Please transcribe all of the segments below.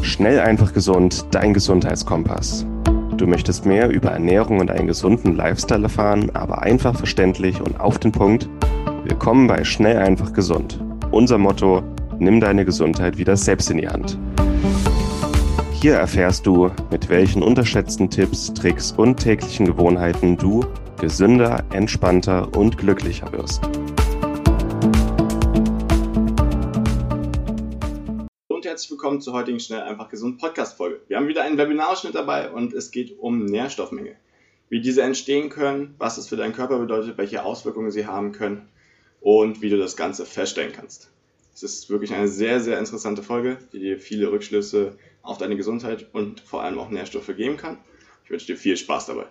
Schnell, einfach gesund, dein Gesundheitskompass. Du möchtest mehr über Ernährung und einen gesunden Lifestyle erfahren, aber einfach verständlich und auf den Punkt? Willkommen bei Schnell, einfach gesund. Unser Motto: Nimm deine Gesundheit wieder selbst in die Hand. Hier erfährst du, mit welchen unterschätzten Tipps, Tricks und täglichen Gewohnheiten du gesünder, entspannter und glücklicher wirst. Und herzlich willkommen zur heutigen Schnell, einfach gesund Podcast-Folge. Wir haben wieder einen Webinarausschnitt dabei und es geht um Nährstoffmenge. Wie diese entstehen können, was es für deinen Körper bedeutet, welche Auswirkungen sie haben können und wie du das Ganze feststellen kannst. Es ist wirklich eine sehr, sehr interessante Folge, die dir viele Rückschlüsse auf deine Gesundheit und vor allem auch Nährstoffe geben kann. Ich wünsche dir viel Spaß dabei.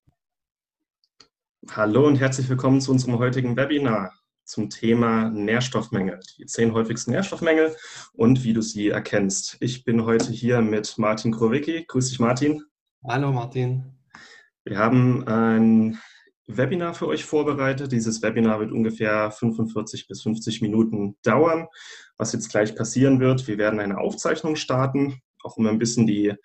Hallo und herzlich willkommen zu unserem heutigen Webinar zum Thema Nährstoffmängel, die 10 häufigsten Nährstoffmängel und wie du sie erkennst. Ich bin heute hier mit Martin Krowicki. Grüß dich, Martin. Hallo, Martin. Wir haben ein Webinar für euch vorbereitet. Dieses Webinar wird ungefähr 45 bis 50 Minuten dauern. Was jetzt gleich passieren wird: Wir werden eine Aufzeichnung starten, auch um ein bisschen die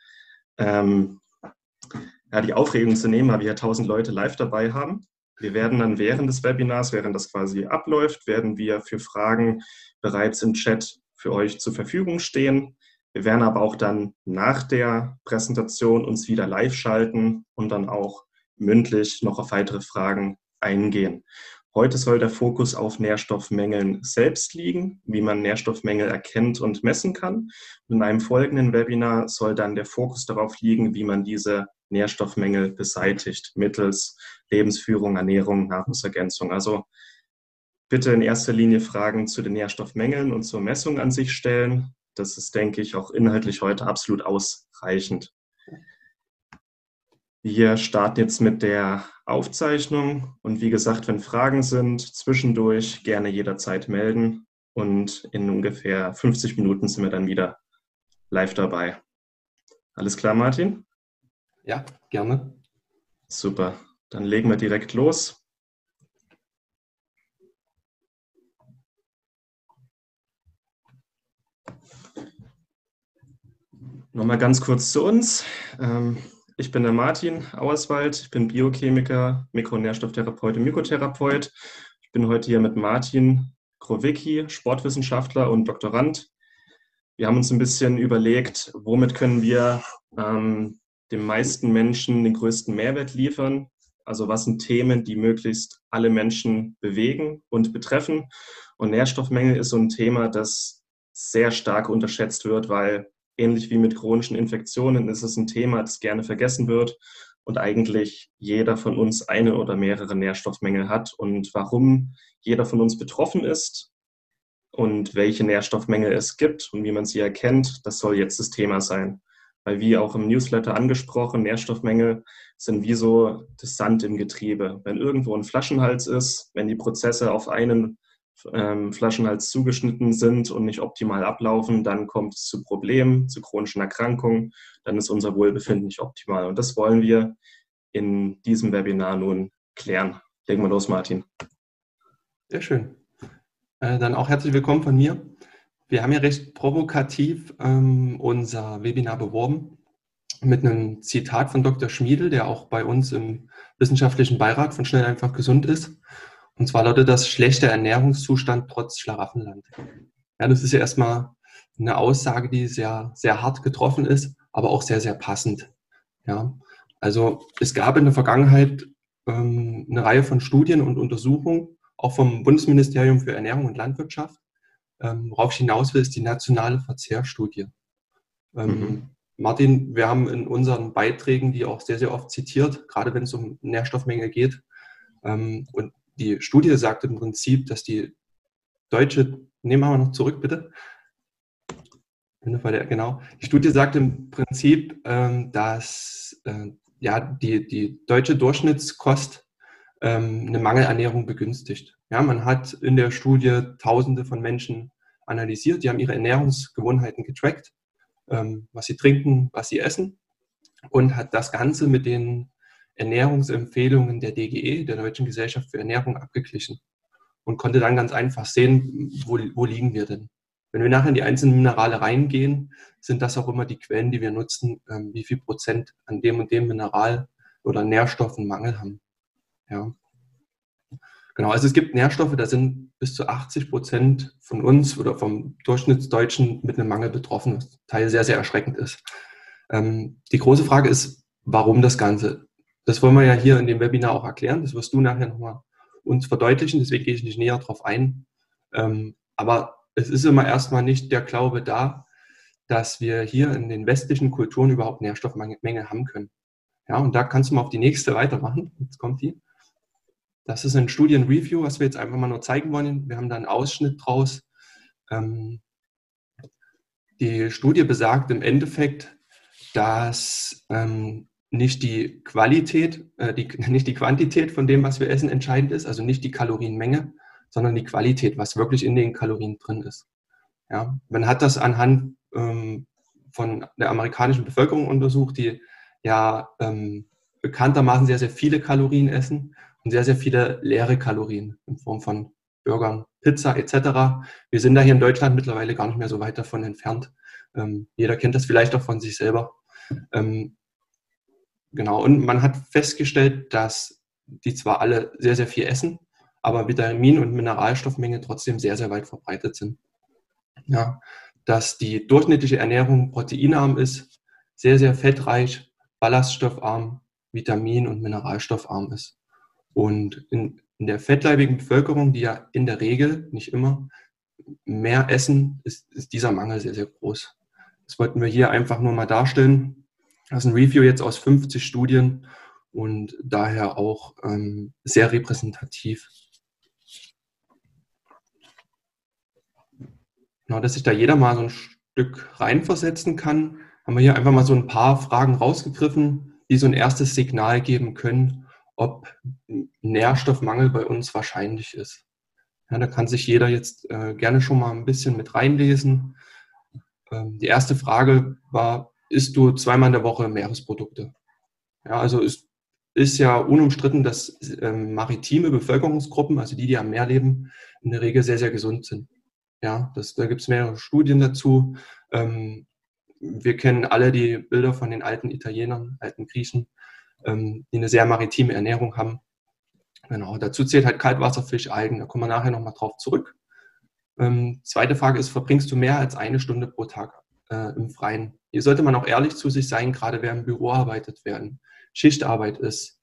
Aufregung zu nehmen, weil wir ja 1000 Leute live dabei haben. Wir werden dann während des Webinars, während das quasi abläuft, werden wir für Fragen bereits im Chat für euch zur Verfügung stehen. Wir werden aber auch dann nach der Präsentation uns wieder live schalten und dann auch mündlich noch auf weitere Fragen eingehen. Heute soll der Fokus auf Nährstoffmängeln selbst liegen, wie man Nährstoffmängel erkennt und messen kann. Und in einem folgenden Webinar soll dann der Fokus darauf liegen, wie man diese Nährstoffmängel beseitigt, mittels Lebensführung, Ernährung, Nahrungsergänzung. Also bitte in erster Linie Fragen zu den Nährstoffmängeln und zur Messung an sich stellen. Das ist, denke ich, auch inhaltlich heute absolut ausreichend. Wir starten jetzt mit der Aufzeichnung und wie gesagt, wenn Fragen sind, zwischendurch gerne jederzeit melden und in ungefähr 50 Minuten sind wir dann wieder live dabei. Alles klar, Martin? Ja, gerne. Super, dann legen wir direkt los. Nochmal ganz kurz zu uns. Ich bin der Martin Auerswald, ich bin Biochemiker, Mikronährstofftherapeut und Mykotherapeut. Ich bin heute hier mit Martin Krowicki, Sportwissenschaftler und Doktorand. Wir haben uns ein bisschen überlegt, womit können wir den meisten Menschen den größten Mehrwert liefern. Also was sind Themen, die möglichst alle Menschen bewegen und betreffen. Und Nährstoffmängel ist so ein Thema, das sehr stark unterschätzt wird, weil ähnlich wie mit chronischen Infektionen ist es ein Thema, das gerne vergessen wird und eigentlich jeder von uns eine oder mehrere Nährstoffmängel hat. Und warum jeder von uns betroffen ist und welche Nährstoffmängel es gibt und wie man sie erkennt, das soll jetzt das Thema sein. Weil wie auch im Newsletter angesprochen, Nährstoffmängel sind wie so das Sand im Getriebe. Wenn irgendwo ein Flaschenhals ist, wenn die Prozesse auf einen Flaschenhals zugeschnitten sind und nicht optimal ablaufen, dann kommt es zu Problemen, zu chronischen Erkrankungen, dann ist unser Wohlbefinden nicht optimal. Und das wollen wir in diesem Webinar nun klären. Legen wir los, Martin. Sehr schön. Dann auch herzlich willkommen von mir. Wir haben ja recht provokativ unser Webinar beworben mit einem Zitat von Dr. Schmiedl, der auch bei uns im wissenschaftlichen Beirat von Schnell, einfach gesund ist. Und zwar lautet das: schlechter Ernährungszustand trotz Schlaraffenland. Ja, das ist ja erstmal eine Aussage, die sehr, sehr hart getroffen ist, aber auch sehr, sehr passend. Ja, also es gab in der Vergangenheit eine Reihe von Studien und Untersuchungen, auch vom Bundesministerium für Ernährung und Landwirtschaft. Worauf ich hinaus will, ist die nationale Verzehrstudie. Martin, wir haben in unseren Beiträgen die auch sehr, sehr oft zitiert, gerade wenn es um Nährstoffmängel geht. Und die Studie sagt im Prinzip, dass die deutsche, nehmen wir noch zurück, bitte. Genau. Die Studie sagt im Prinzip, dass die deutsche Durchschnittskost eine Mangelernährung begünstigt. Ja, man hat in der Studie Tausende von Menschen analysiert, die haben ihre Ernährungsgewohnheiten getrackt, was sie trinken, was sie essen, und hat das Ganze mit den Ernährungsempfehlungen der DGE, der Deutschen Gesellschaft für Ernährung, abgeglichen und konnte dann ganz einfach sehen, wo liegen wir denn. Wenn wir nachher in die einzelnen Minerale reingehen, sind das auch immer die Quellen, die wir nutzen, wie viel Prozent an dem und dem Mineral oder Nährstoffen Mangel haben. Ja. Genau, also es gibt Nährstoffe, da sind bis zu 80% von uns oder vom Durchschnittsdeutschen mit einem Mangel betroffen, was Teil sehr, sehr erschreckend ist. Die große Frage ist, warum das Ganze? Das wollen wir ja hier in dem Webinar auch erklären. Das wirst du nachher nochmal uns verdeutlichen, deswegen gehe ich nicht näher drauf ein. Aber es ist immer erstmal nicht der Glaube da, dass wir hier in den westlichen Kulturen überhaupt Nährstoffmängel haben können. Ja, und da kannst du mal auf die nächste weitermachen. Jetzt kommt die. Das ist ein Studienreview, was wir jetzt einfach mal nur zeigen wollen. Wir haben da einen Ausschnitt draus. Die Studie besagt im Endeffekt, dass nicht die Qualität, nicht die Quantität von dem, was wir essen, entscheidend ist, also nicht die Kalorienmenge, sondern die Qualität, was wirklich in den Kalorien drin ist. Ja, man hat das anhand von der amerikanischen Bevölkerung untersucht, die ja bekanntermaßen sehr, sehr viele Kalorien essen und sehr, sehr viele leere Kalorien in Form von Burgern, Pizza etc. Wir sind da hier in Deutschland mittlerweile gar nicht mehr so weit davon entfernt. Jeder kennt das vielleicht auch von sich selber. Genau, und man hat festgestellt, dass die zwar alle sehr, sehr viel essen, aber Vitamin- und Mineralstoffmenge trotzdem sehr, sehr weit verbreitet sind. Ja, dass die durchschnittliche Ernährung proteinarm ist, sehr, sehr fettreich, ballaststoffarm, vitamin- und mineralstoffarm ist. Und in der fettleibigen Bevölkerung, die ja in der Regel, nicht immer, mehr essen, ist dieser Mangel sehr, sehr groß. Das wollten wir hier einfach nur mal darstellen. Das ist ein Review jetzt aus 50 Studien und daher auch sehr repräsentativ. Genau, dass sich da jeder mal so ein Stück reinversetzen kann, haben wir hier einfach mal so ein paar Fragen rausgegriffen, die so ein erstes Signal geben können, ob Nährstoffmangel bei uns wahrscheinlich ist. Ja, da kann sich jeder jetzt gerne schon mal ein bisschen mit reinlesen. Die erste Frage war, isst du zweimal in der Woche Meeresprodukte? Ja, also ist ja unumstritten, dass maritime Bevölkerungsgruppen, also die am Meer leben, in der Regel sehr, sehr gesund sind. Ja, da gibt es mehrere Studien dazu. Wir kennen alle die Bilder von den alten Italienern, alten Griechen, die eine sehr maritime Ernährung haben. Genau, dazu zählt halt Kaltwasserfisch, Algen, da kommen wir nachher nochmal drauf zurück. Zweite Frage ist, verbringst du mehr als 1 Stunde pro Tag im Freien? Hier sollte man auch ehrlich zu sich sein, gerade wer im Büro arbeitet, wer in Schichtarbeit ist.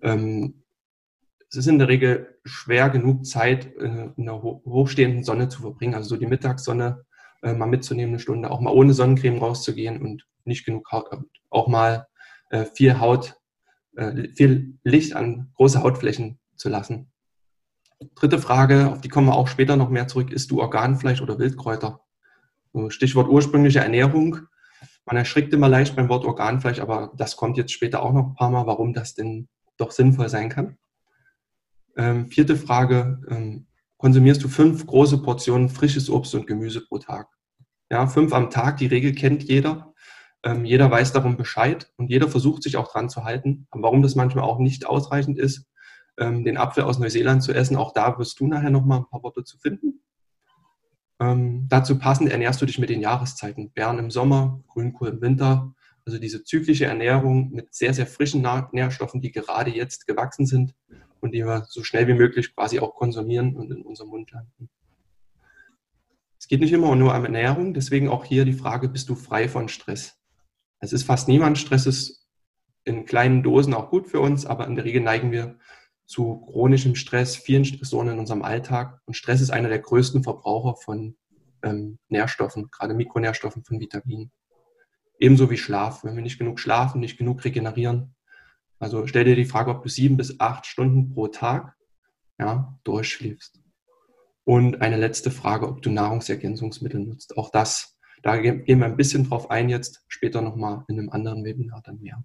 Es ist in der Regel schwer genug Zeit in einer hochstehenden Sonne zu verbringen, also so die Mittagssonne mal mitzunehmen, 1 Stunde, auch mal ohne Sonnencreme rauszugehen und nicht genug Haut, auch mal viel Licht an große Hautflächen zu lassen. Dritte Frage, auf die kommen wir auch später noch mehr zurück, isst du Organfleisch oder Wildkräuter? Stichwort ursprüngliche Ernährung. Man erschrickt immer leicht beim Wort Organfleisch, aber das kommt jetzt später auch noch ein paar Mal, warum das denn doch sinnvoll sein kann. Vierte Frage, konsumierst du 5 große Portionen frisches Obst und Gemüse pro Tag? Ja, 5 am Tag, die Regel kennt jeder. Jeder weiß darum Bescheid und jeder versucht sich auch dran zu halten. Aber warum das manchmal auch nicht ausreichend ist, den Apfel aus Neuseeland zu essen, auch da wirst du nachher noch mal ein paar Worte zu finden. Dazu passend ernährst du dich mit den Jahreszeiten. Beeren im Sommer, Grünkohl im Winter. Also diese zyklische Ernährung mit sehr, sehr frischen Nährstoffen, die gerade jetzt gewachsen sind und die wir so schnell wie möglich quasi auch konsumieren und in unserem Mund landen. Es geht nicht immer nur um Ernährung, deswegen auch hier die Frage, bist du frei von Stress? Es ist fast niemand. Stress ist in kleinen Dosen auch gut für uns, aber in der Regel neigen wir zu chronischem Stress, vielen Stressoren in unserem Alltag. Und Stress ist einer der größten Verbraucher von Nährstoffen, gerade Mikronährstoffen von Vitaminen. Ebenso wie Schlaf. Wenn wir nicht genug schlafen, nicht genug regenerieren. Also stell dir die Frage, ob du 7 bis 8 Stunden pro Tag durchschläfst. Und eine letzte Frage, ob du Nahrungsergänzungsmittel nutzt. Auch das, da gehen wir ein bisschen drauf ein jetzt, später nochmal in einem anderen Webinar dann mehr.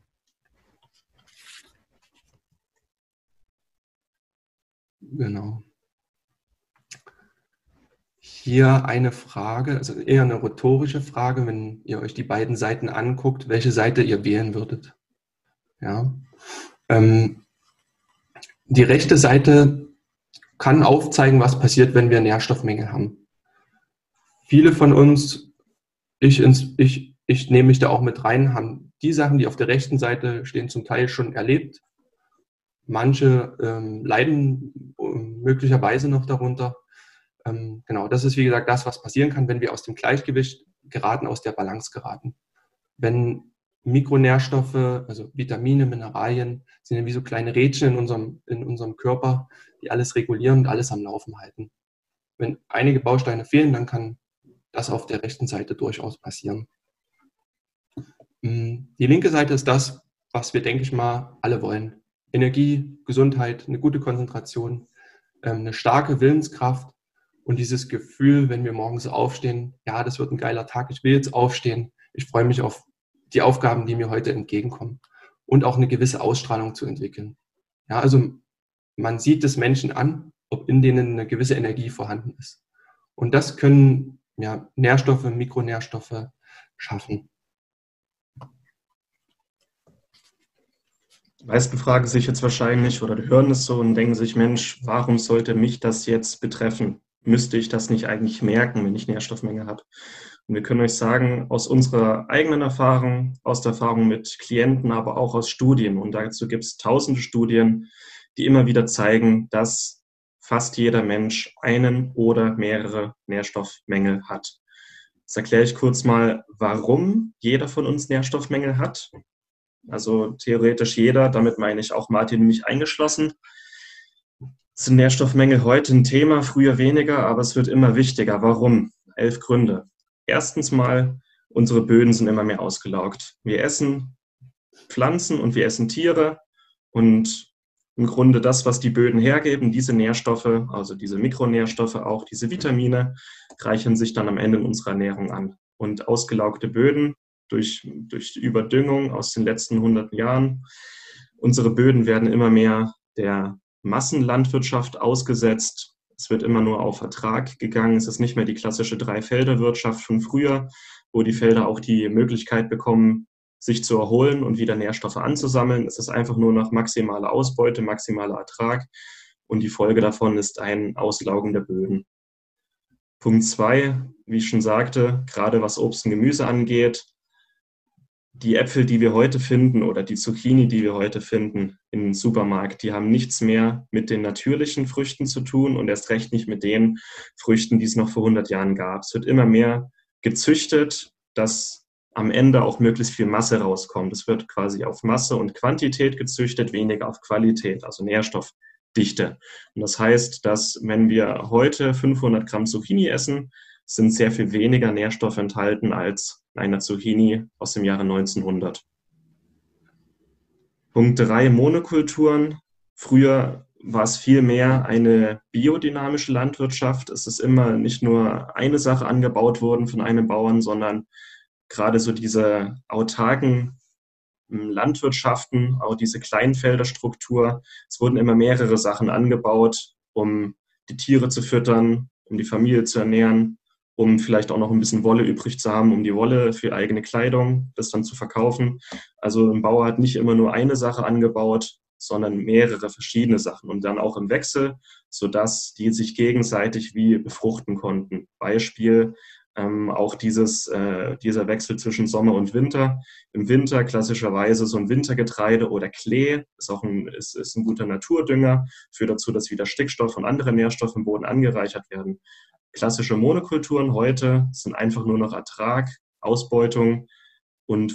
Genau. Hier eine Frage, also eher eine rhetorische Frage, wenn ihr euch die beiden Seiten anguckt, welche Seite ihr wählen würdet. Ja. Die rechte Seite kann aufzeigen, was passiert, wenn wir Nährstoffmängel haben. Viele von uns, ich nehme mich da auch mit rein, haben die Sachen, die auf der rechten Seite stehen, zum Teil schon erlebt. Manche leiden möglicherweise noch darunter. Genau, das ist wie gesagt das, was passieren kann, wenn wir aus dem Gleichgewicht geraten, aus der Balance geraten. Wenn Mikronährstoffe, also Vitamine, Mineralien, sind ja wie so kleine Rädchen in unserem Körper, die alles regulieren und alles am Laufen halten. Wenn einige Bausteine fehlen, dann kann das auf der rechten Seite durchaus passieren. Die linke Seite ist das, was wir, denke ich mal, alle wollen. Energie, Gesundheit, eine gute Konzentration, eine starke Willenskraft und dieses Gefühl, wenn wir morgens aufstehen, ja, das wird ein geiler Tag, ich will jetzt aufstehen, ich freue mich auf die Aufgaben, die mir heute entgegenkommen und auch eine gewisse Ausstrahlung zu entwickeln. Ja, also man sieht es Menschen an, ob in denen eine gewisse Energie vorhanden ist. Und das können ja, Nährstoffe, Mikronährstoffe schaffen. Die meisten fragen sich jetzt wahrscheinlich oder hören es so und denken sich, Mensch, warum sollte mich das jetzt betreffen? Müsste ich das nicht eigentlich merken, wenn ich Nährstoffmenge habe? Und wir können euch sagen, aus unserer eigenen Erfahrung, aus der Erfahrung mit Klienten, aber auch aus Studien, und dazu gibt es tausende Studien, die immer wieder zeigen, dass fast jeder Mensch einen oder mehrere Nährstoffmängel hat. Jetzt erkläre ich kurz mal, warum jeder von uns Nährstoffmängel hat. Also theoretisch jeder, damit meine ich auch Martin und mich eingeschlossen. Sind Nährstoffmängel heute ein Thema, früher weniger, aber es wird immer wichtiger. Warum? 11 Gründe. Erstens mal, unsere Böden sind immer mehr ausgelaugt. Wir essen Pflanzen und wir essen Tiere und im Grunde das, was die Böden hergeben, diese Nährstoffe, also diese Mikronährstoffe, auch diese Vitamine, reichern sich dann am Ende in unserer Ernährung an. Und ausgelaugte Böden durch die Überdüngung aus den letzten 100 Jahren, unsere Böden werden immer mehr der Massenlandwirtschaft ausgesetzt. Es wird immer nur auf Ertrag gegangen. Es ist nicht mehr die klassische Dreifelderwirtschaft von früher, wo die Felder auch die Möglichkeit bekommen, sich zu erholen und wieder Nährstoffe anzusammeln. Es ist einfach nur noch maximale Ausbeute, maximaler Ertrag und die Folge davon ist ein Auslaugen der Böden. Punkt 2, wie ich schon sagte, gerade was Obst und Gemüse angeht, die Äpfel, die wir heute finden oder die Zucchini, die wir heute finden im Supermarkt, die haben nichts mehr mit den natürlichen Früchten zu tun und erst recht nicht mit den Früchten, die es noch vor 100 Jahren gab. Es wird immer mehr gezüchtet, dass am Ende auch möglichst viel Masse rauskommt. Es wird quasi auf Masse und Quantität gezüchtet, weniger auf Qualität, also Nährstoffdichte. Und das heißt, dass wenn wir heute 500 Gramm Zucchini essen, sind sehr viel weniger Nährstoffe enthalten als einer Zucchini aus dem Jahre 1900. Punkt 3, Monokulturen. Früher war es viel mehr eine biodynamische Landwirtschaft. Es ist immer nicht nur eine Sache angebaut worden von einem Bauern, sondern gerade so diese autarken Landwirtschaften, auch diese Kleinfelderstruktur. Es wurden immer mehrere Sachen angebaut, um die Tiere zu füttern, um die Familie zu ernähren, um vielleicht auch noch ein bisschen Wolle übrig zu haben, um die Wolle für eigene Kleidung, das dann zu verkaufen. Also ein Bauer hat nicht immer nur eine Sache angebaut, sondern mehrere verschiedene Sachen und dann auch im Wechsel, sodass die sich gegenseitig wie befruchten konnten. Beispiel auch dieser Wechsel zwischen Sommer und Winter. Im Winter klassischerweise so ein Wintergetreide oder Klee, ist ein guter Naturdünger, führt dazu, dass wieder Stickstoff und andere Nährstoffe im Boden angereichert werden. Klassische Monokulturen heute sind einfach nur noch Ertrag, Ausbeutung und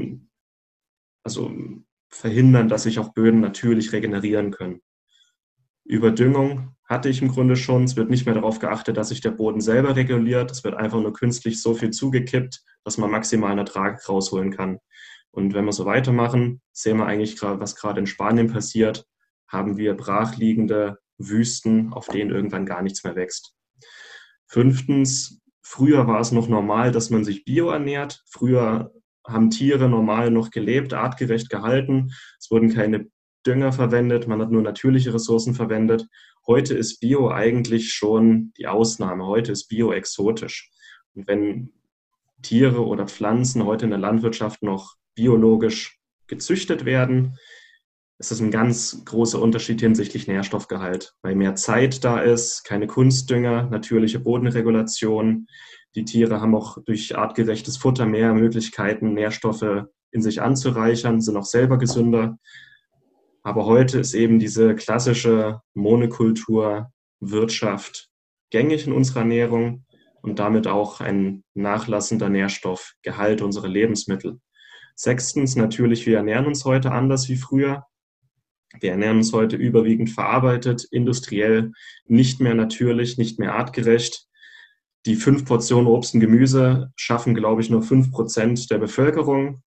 verhindern, dass sich auch Böden natürlich regenerieren können. Überdüngung hatte ich im Grunde schon. Es wird nicht mehr darauf geachtet, dass sich der Boden selber reguliert. Es wird einfach nur künstlich so viel zugekippt, dass man maximalen Ertrag rausholen kann. Und wenn wir so weitermachen, sehen wir eigentlich, was gerade in Spanien passiert, haben wir brachliegende Wüsten, auf denen irgendwann gar nichts mehr wächst. 5. Früher war es noch normal, dass man sich bio ernährt. Früher haben Tiere normal noch gelebt, artgerecht gehalten. Es wurden keine Dünger verwendet, man hat nur natürliche Ressourcen verwendet. Heute ist Bio eigentlich schon die Ausnahme. Heute ist Bio exotisch. Und wenn Tiere oder Pflanzen heute in der Landwirtschaft noch biologisch gezüchtet werden, es ist ein ganz großer Unterschied hinsichtlich Nährstoffgehalt, weil mehr Zeit da ist, keine Kunstdünger, natürliche Bodenregulation. Die Tiere haben auch durch artgerechtes Futter mehr Möglichkeiten, Nährstoffe in sich anzureichern, sind auch selber gesünder. Aber heute ist eben diese klassische Monokulturwirtschaft gängig in unserer Ernährung und damit auch ein nachlassender Nährstoffgehalt unserer Lebensmittel. Sechstens, natürlich, wir ernähren uns heute anders wie früher. Wir ernähren uns heute überwiegend verarbeitet, industriell, nicht mehr natürlich, nicht mehr artgerecht. Die 5 Portionen Obst und Gemüse schaffen, glaube ich, nur 5% der Bevölkerung.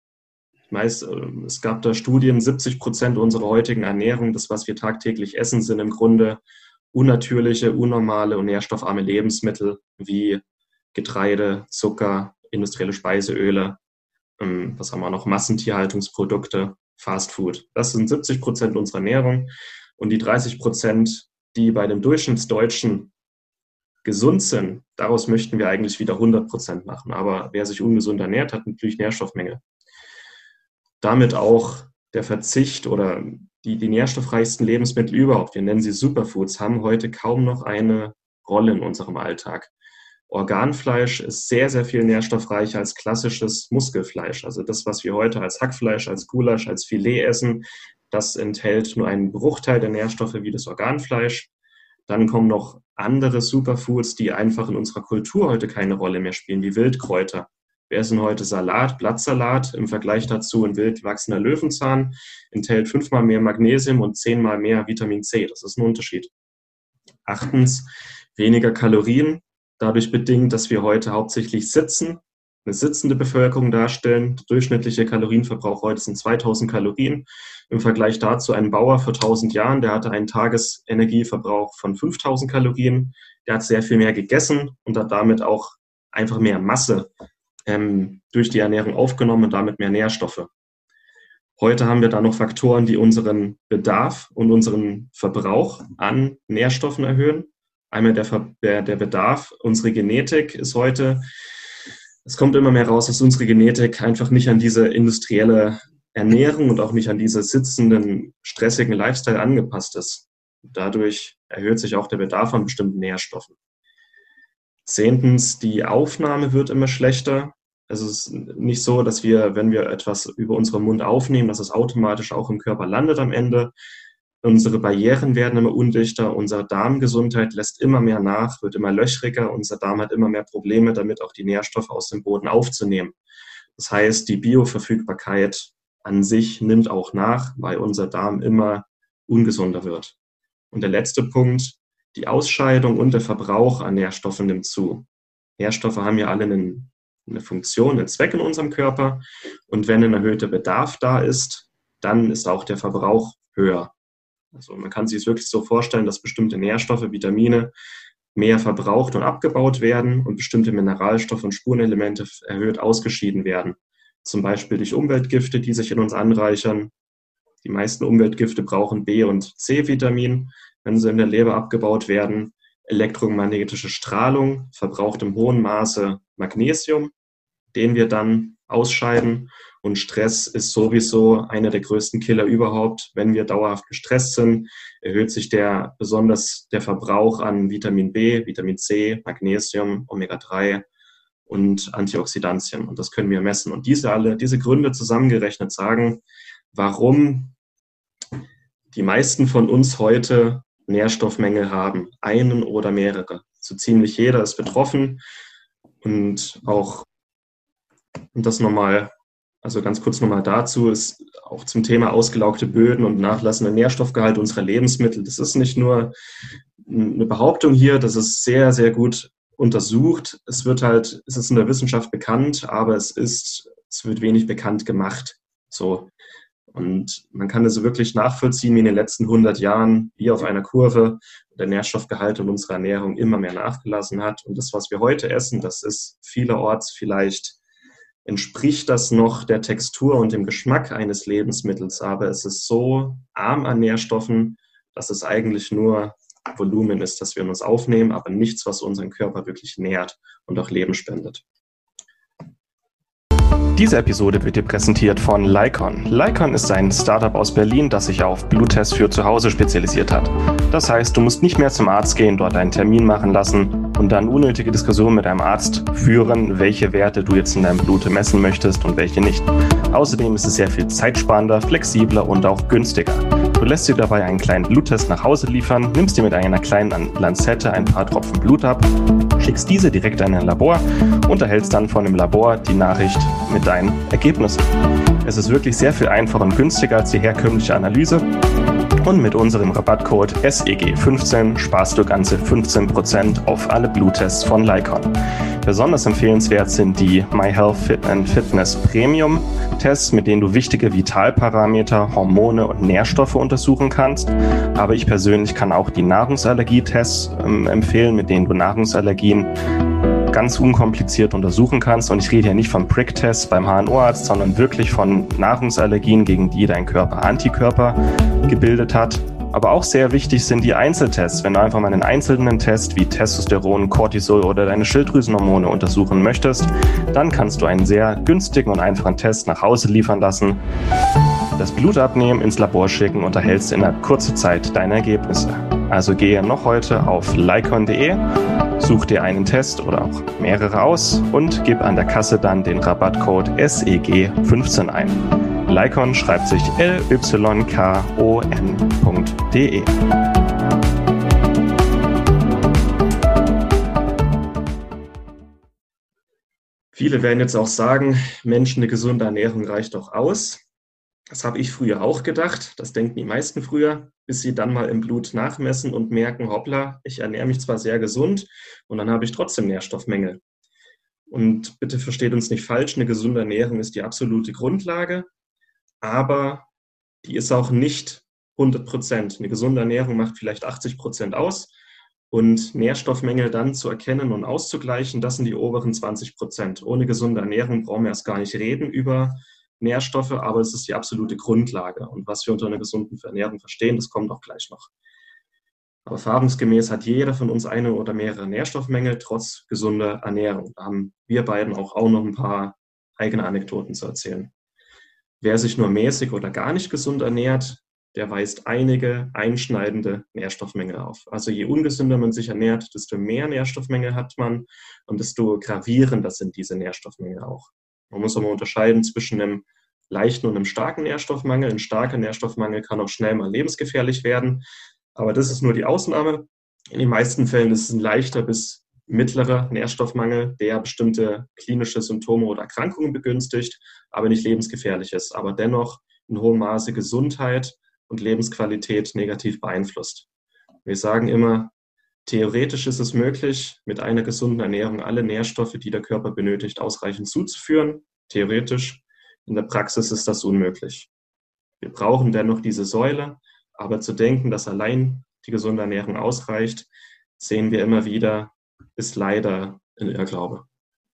Es gab da Studien, 70% unserer heutigen Ernährung, das, was wir tagtäglich essen, sind im Grunde unnatürliche, unnormale und nährstoffarme Lebensmittel wie Getreide, Zucker, industrielle Speiseöle, was haben wir noch, Massentierhaltungsprodukte, Fast Food. Das sind 70% unserer Ernährung und die 30%, die bei dem Durchschnittsdeutschen gesund sind, daraus möchten wir eigentlich wieder 100% machen. Aber wer sich ungesund ernährt, hat natürlich Nährstoffmängel. Damit auch der Verzicht oder die nährstoffreichsten Lebensmittel überhaupt, wir nennen sie Superfoods, haben heute kaum noch eine Rolle in unserem Alltag. Organfleisch ist sehr, sehr viel nährstoffreicher als klassisches Muskelfleisch. Also das, was wir heute als Hackfleisch, als Gulasch, als Filet essen, das enthält nur einen Bruchteil der Nährstoffe wie das Organfleisch. Dann kommen noch andere Superfoods, die einfach in unserer Kultur heute keine Rolle mehr spielen, wie Wildkräuter. Wir essen heute Salat, Blattsalat, im Vergleich dazu ein wild wachsender Löwenzahn, enthält 5-mal mehr Magnesium und 10-mal mehr Vitamin C. Das ist ein Unterschied. Achtens, weniger Kalorien, dadurch bedingt, dass wir heute hauptsächlich sitzen, eine sitzende Bevölkerung darstellen. Der durchschnittliche Kalorienverbrauch heute sind 2000 Kalorien. Im Vergleich dazu ein Bauer vor 1000 Jahren, der hatte einen Tagesenergieverbrauch von 5000 Kalorien. Der hat sehr viel mehr gegessen und hat damit auch einfach mehr Masse durch die Ernährung aufgenommen und damit mehr Nährstoffe. Heute haben wir da noch Faktoren, die unseren Bedarf und unseren Verbrauch an Nährstoffen erhöhen. Einmal der Bedarf. Unsere Genetik ist heute, es kommt immer mehr raus, dass unsere Genetik einfach nicht an diese industrielle Ernährung und auch nicht an diese sitzenden, stressigen Lifestyle angepasst ist. Dadurch erhöht sich auch der Bedarf an bestimmten Nährstoffen. 10. Die Aufnahme wird immer schlechter. Es ist nicht so, dass wir, wenn wir etwas über unseren Mund aufnehmen, dass es automatisch auch im Körper landet am Ende. Unsere Barrieren werden immer undichter, unsere Darmgesundheit lässt immer mehr nach, wird immer löchriger, unser Darm hat immer mehr Probleme, damit auch die Nährstoffe aus dem Boden aufzunehmen. Das heißt, die Bioverfügbarkeit an sich nimmt auch nach, weil unser Darm immer ungesunder wird. Und der letzte Punkt, die Ausscheidung und der Verbrauch an Nährstoffen nimmt zu. Nährstoffe haben ja alle eine Funktion, einen Zweck in unserem Körper. Und wenn ein erhöhter Bedarf da ist, dann ist auch der Verbrauch höher. Also man kann sich es wirklich so vorstellen, dass bestimmte Nährstoffe, Vitamine mehr verbraucht und abgebaut werden und bestimmte Mineralstoffe und Spurenelemente erhöht ausgeschieden werden. Zum Beispiel durch Umweltgifte, die sich in uns anreichern. Die meisten Umweltgifte brauchen B- und C-Vitamin, wenn sie in der Leber abgebaut werden. Elektromagnetische Strahlung verbraucht im hohen Maße Magnesium, den wir dann ausscheiden. Und Stress ist sowieso einer der größten Killer überhaupt. Wenn wir dauerhaft gestresst sind, erhöht sich besonders der Verbrauch an Vitamin B, Vitamin C, Magnesium, Omega-3 und Antioxidantien. Und das können wir messen. Und diese Gründe zusammengerechnet sagen, warum die meisten von uns heute Nährstoffmängel haben, einen oder mehrere. So ziemlich jeder ist betroffen. Und das nochmal, also ganz kurz nochmal dazu, ist auch zum Thema ausgelaugte Böden und nachlassender Nährstoffgehalt unserer Lebensmittel. Das ist nicht nur eine Behauptung hier, das ist sehr, sehr gut untersucht. Es ist in der Wissenschaft bekannt, aber es wird wenig bekannt gemacht. So. Und man kann das wirklich nachvollziehen, wie in den letzten 100 Jahren, wie auf einer Kurve, der Nährstoffgehalt in unserer Ernährung immer mehr nachgelassen hat. Und das, was wir heute essen, das ist vielerorts vielleicht, entspricht das noch der Textur und dem Geschmack eines Lebensmittels, aber es ist so arm an Nährstoffen, dass es eigentlich nur Volumen ist, das wir in uns aufnehmen, aber nichts, was unseren Körper wirklich nährt und auch Leben spendet. Diese Episode wird dir präsentiert von Lykon. Lykon ist ein Startup aus Berlin, das sich auf Bluttests für zu Hause spezialisiert hat. Das heißt, du musst nicht mehr zum Arzt gehen, dort einen Termin machen lassen und dann unnötige Diskussionen mit deinem Arzt führen, welche Werte du jetzt in deinem Blut messen möchtest und welche nicht. Außerdem ist es sehr viel zeitsparender, flexibler und auch günstiger. Du lässt dir dabei einen kleinen Bluttest nach Hause liefern, nimmst dir mit einer kleinen Lanzette ein paar Tropfen Blut ab, schickst diese direkt in ein Labor und erhältst dann von dem Labor die Nachricht mit deinen Ergebnissen. Es ist wirklich sehr viel einfacher und günstiger als die herkömmliche Analyse. Und mit unserem Rabattcode SEG15 sparst du ganze 15% auf alle Bluttests von Lykon. Besonders empfehlenswert sind die MyHealth Fit & Fitness Premium Tests, mit denen du wichtige Vitalparameter, Hormone und Nährstoffe untersuchen kannst. Aber ich persönlich kann auch die Nahrungsallergietests empfehlen, mit denen du Nahrungsallergien ganz unkompliziert untersuchen kannst. Und ich rede hier nicht von Prick-Tests beim HNO-Arzt, sondern wirklich von Nahrungsallergien, gegen die dein Körper Antikörper gebildet hat. Aber auch sehr wichtig sind die Einzeltests. Wenn du einfach mal einen einzelnen Test wie Testosteron, Cortisol oder deine Schilddrüsenhormone untersuchen möchtest, dann kannst du einen sehr günstigen und einfachen Test nach Hause liefern lassen, das Blut abnehmen, ins Labor schicken und erhältst innerhalb kurzer Zeit deine Ergebnisse. Also gehe noch heute auf lykon.de, such dir einen Test oder auch mehrere aus und gib an der Kasse dann den Rabattcode SEG15 ein. Lykon schreibt sich lykon.de. Viele werden jetzt auch sagen, Mensch, eine gesunde Ernährung reicht doch aus. Das habe ich früher auch gedacht, das denken die meisten früher, bis sie dann mal im Blut nachmessen und merken, hoppla, ich ernähre mich zwar sehr gesund und dann habe ich trotzdem Nährstoffmängel. Und bitte versteht uns nicht falsch, eine gesunde Ernährung ist die absolute Grundlage, aber die ist auch nicht 100%. Eine gesunde Ernährung macht vielleicht 80% aus und Nährstoffmängel dann zu erkennen und auszugleichen, das sind die oberen 20%. Ohne gesunde Ernährung brauchen wir erst gar nicht reden über Nährstoffe, aber es ist die absolute Grundlage. Und was wir unter einer gesunden Ernährung verstehen, das kommt auch gleich noch. Aber erfahrungsgemäß hat jeder von uns eine oder mehrere Nährstoffmängel trotz gesunder Ernährung. Da haben wir beiden auch noch ein paar eigene Anekdoten zu erzählen. Wer sich nur mäßig oder gar nicht gesund ernährt, der weist einige einschneidende Nährstoffmängel auf. Also je ungesünder man sich ernährt, desto mehr Nährstoffmängel hat man und desto gravierender sind diese Nährstoffmängel auch. Man muss aber unterscheiden zwischen einem leichten und einem starken Nährstoffmangel. Ein starker Nährstoffmangel kann auch schnell mal lebensgefährlich werden, aber das ist nur die Ausnahme. In den meisten Fällen ist es ein leichter bis mittlerer Nährstoffmangel, der bestimmte klinische Symptome oder Erkrankungen begünstigt, aber nicht lebensgefährlich ist, aber dennoch in hohem Maße Gesundheit und Lebensqualität negativ beeinflusst. Wir sagen immer, theoretisch ist es möglich, mit einer gesunden Ernährung alle Nährstoffe, die der Körper benötigt, ausreichend zuzuführen. Theoretisch. In der Praxis ist das unmöglich. Wir brauchen dennoch diese Säule, aber zu denken, dass allein die gesunde Ernährung ausreicht, sehen wir immer wieder, ist leider ein Irrglaube.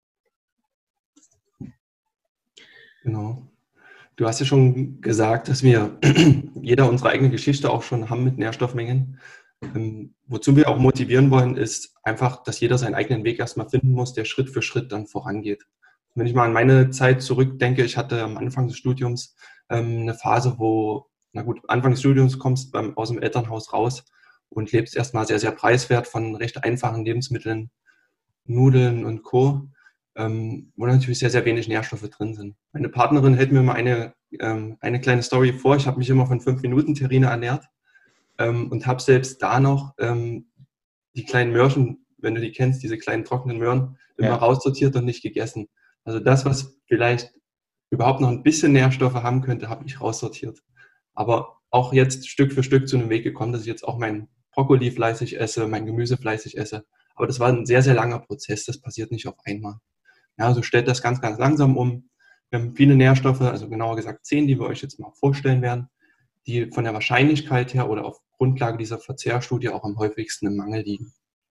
Genau. Du hast ja schon gesagt, dass wir jeder unsere eigene Geschichte auch schon haben mit Nährstoffmengen. Wozu wir auch motivieren wollen, ist einfach, dass jeder seinen eigenen Weg erstmal finden muss, der Schritt für Schritt dann vorangeht. Wenn ich mal an meine Zeit zurückdenke, ich hatte am Anfang des Studiums eine Phase, wo, Anfang des Studiums kommst aus dem Elternhaus raus und lebst erstmal sehr, sehr preiswert von recht einfachen Lebensmitteln, Nudeln und Co., wo natürlich sehr, sehr wenig Nährstoffe drin sind. Meine Partnerin hält mir mal eine kleine Story vor. Ich habe mich immer von 5-Minuten-Terrine ernährt. Und habe selbst da noch die kleinen Möhrchen, wenn du die kennst, diese kleinen trockenen Möhren, immer raussortiert und nicht gegessen. Also das, was vielleicht überhaupt noch ein bisschen Nährstoffe haben könnte, habe ich raussortiert. Aber auch jetzt Stück für Stück zu einem Weg gekommen, dass ich jetzt auch mein Brokkoli fleißig esse, mein Gemüse fleißig esse. Aber das war ein sehr, sehr langer Prozess. Das passiert nicht auf einmal. Ja, also stellt das ganz, ganz langsam um. Wir haben viele Nährstoffe, also genauer gesagt 10, die wir euch jetzt mal vorstellen werden, die von der Wahrscheinlichkeit her oder auf Grundlage dieser Verzehrstudie auch am häufigsten im Mangel liegen.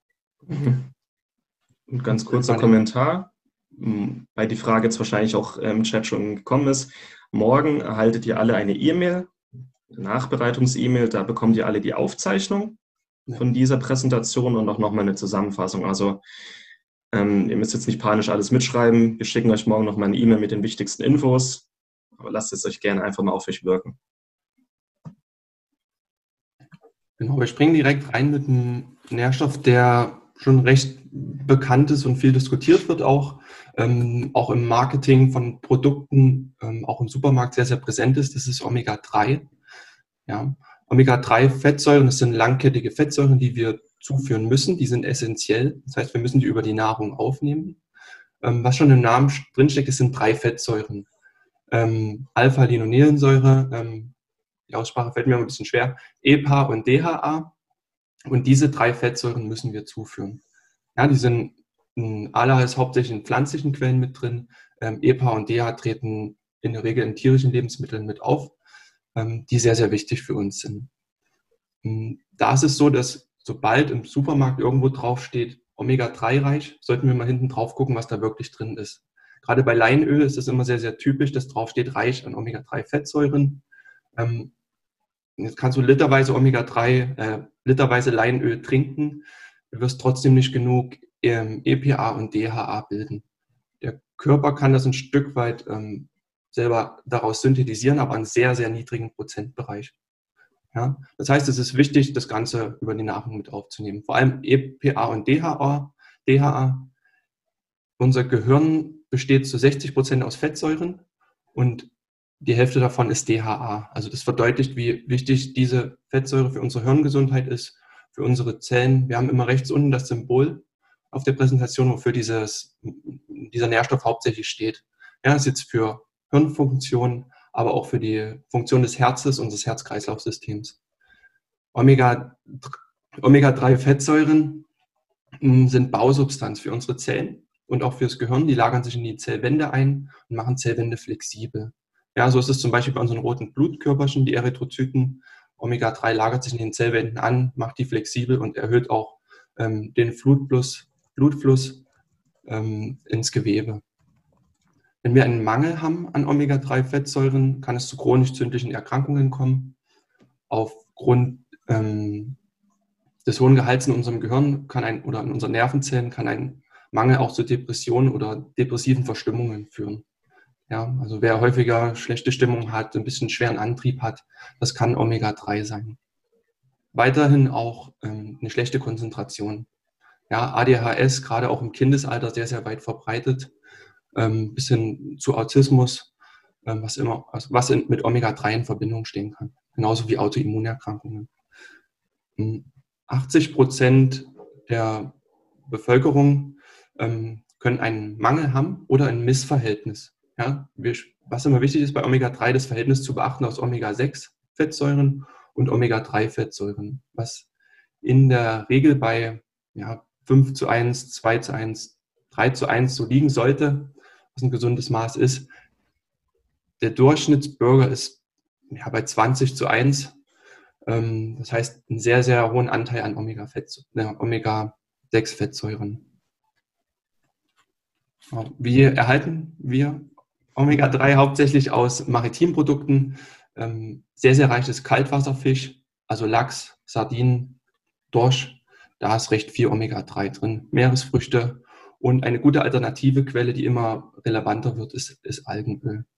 Und ganz kurzer Kommentar, weil die Frage jetzt wahrscheinlich auch im Chat schon gekommen ist. Morgen erhaltet ihr alle eine E-Mail, Nachbereitungs-E-Mail, da bekommt ihr alle die Aufzeichnung von dieser Präsentation und auch nochmal eine Zusammenfassung. Also Ihr müsst jetzt nicht panisch alles mitschreiben. Wir schicken euch morgen noch mal eine E-Mail mit den wichtigsten Infos. Aber lasst es euch gerne einfach mal auf euch wirken. Genau, wir springen direkt rein mit einem Nährstoff, der schon recht bekannt ist und viel diskutiert wird, auch im Marketing von Produkten, auch im Supermarkt sehr, sehr präsent ist. Das ist Omega-3. Ja. Omega-3-Fettsäuren, das sind langkettige Fettsäuren, die wir zuführen müssen. Die sind essentiell. Das heißt, wir müssen die über die Nahrung aufnehmen. Was schon im Namen drinsteckt, das sind 3 Fettsäuren. Alpha-Linolensäure, die Aussprache fällt mir ein bisschen schwer, EPA und DHA. Und diese 3 Fettsäuren müssen wir zuführen. Ja, die sind allerhand hauptsächlich in pflanzlichen Quellen mit drin. EPA und DHA treten in der Regel in tierischen Lebensmitteln mit auf, die sehr, sehr wichtig für uns sind. Da ist es so, dass sobald im Supermarkt irgendwo draufsteht, Omega-3 reich, sollten wir mal hinten drauf gucken, was da wirklich drin ist. Gerade bei Leinöl ist es immer sehr, sehr typisch, dass draufsteht, reich an Omega-3-Fettsäuren. Jetzt kannst du literweise literweise Leinöl trinken, du wirst trotzdem nicht genug EPA und DHA bilden. Der Körper kann das ein Stück weit selber daraus synthetisieren, aber einen sehr, sehr niedrigen Prozentbereich. Ja? Das heißt, es ist wichtig, das Ganze über die Nahrung mit aufzunehmen. Vor allem EPA und DHA. Unser Gehirn besteht zu 60% aus Fettsäuren und die Hälfte davon ist DHA. Also das verdeutlicht, wie wichtig diese Fettsäure für unsere Hirngesundheit ist, für unsere Zellen. Wir haben immer rechts unten das Symbol auf der Präsentation, wofür dieser Nährstoff hauptsächlich steht. Ja, das ist jetzt für Hirnfunktion, aber auch für die Funktion des Herzens und des Herz-Kreislauf-Systems. Omega-3-Fettsäuren sind Bausubstanz für unsere Zellen und auch fürs Gehirn. Die lagern sich in die Zellwände ein und machen Zellwände flexibel. Ja, so ist es zum Beispiel bei unseren roten Blutkörperchen, die Erythrozyten. Omega-3 lagert sich in den Zellwänden an, macht die flexibel und erhöht auch den Blutfluss ins Gewebe. Wenn wir einen Mangel haben an Omega-3-Fettsäuren, kann es zu chronisch entzündlichen Erkrankungen kommen. Aufgrund des hohen Gehalts in unserem Gehirn oder in unseren Nervenzellen kann ein Mangel auch zu Depressionen oder depressiven Verstimmungen führen. Ja, also wer häufiger schlechte Stimmung hat, ein bisschen schweren Antrieb hat, das kann Omega-3 sein. Weiterhin auch eine schlechte Konzentration. Ja, ADHS, gerade auch im Kindesalter, sehr, sehr weit verbreitet, bis hin zu Autismus, was mit Omega-3 in Verbindung stehen kann. Genauso wie Autoimmunerkrankungen. 80% der Bevölkerung können einen Mangel haben oder ein Missverhältnis. Ja, was immer wichtig ist bei Omega-3, das Verhältnis zu beachten aus Omega-6-Fettsäuren und Omega-3-Fettsäuren, was in der Regel bei 5:1, 2:1, 3:1 so liegen sollte, was ein gesundes Maß ist. Der Durchschnittsbürger ist bei 20:1. Das heißt, einen sehr, sehr hohen Anteil an Omega-6-Fettsäuren. Wie erhalten wir Omega-3 hauptsächlich aus Maritimprodukten? Sehr, sehr reiches Kaltwasserfisch, also Lachs, Sardinen, Dorsch. Da ist recht viel Omega-3 drin. Meeresfrüchte und eine gute alternative Quelle, die immer relevanter wird, ist Algenöl.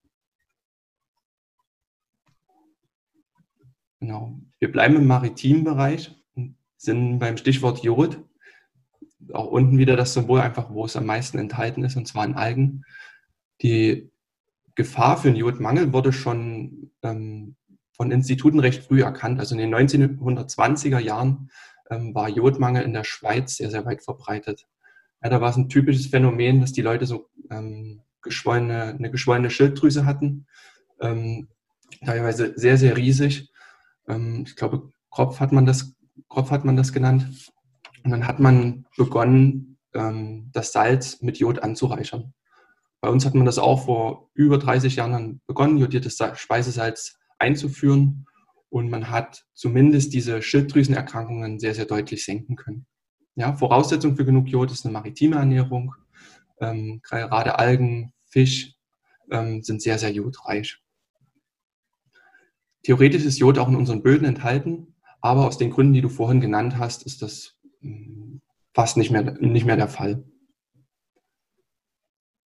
Genau. Wir bleiben im maritimen Bereich und sind beim Stichwort Jod. Auch unten wieder das Symbol, einfach wo es am meisten enthalten ist, und zwar in Algen. Die Gefahr für einen Jodmangel wurde schon von Instituten recht früh erkannt. Also in den 1920er Jahren war Jodmangel in der Schweiz sehr, sehr weit verbreitet. Ja, da war es ein typisches Phänomen, dass die Leute so eine geschwollene Schilddrüse hatten, teilweise sehr, sehr riesig. Ich glaube, Kropf hat man das genannt. Und dann hat man begonnen, das Salz mit Jod anzureichern. Bei uns hat man das auch vor über 30 Jahren dann begonnen, jodiertes Speisesalz einzuführen. Und man hat zumindest diese Schilddrüsenerkrankungen sehr, sehr deutlich senken können. Ja, Voraussetzung für genug Jod ist eine maritime Ernährung. Gerade Algen, Fisch sind sehr, sehr jodreich. Theoretisch ist Jod auch in unseren Böden enthalten, aber aus den Gründen, die du vorhin genannt hast, ist das fast nicht mehr der Fall.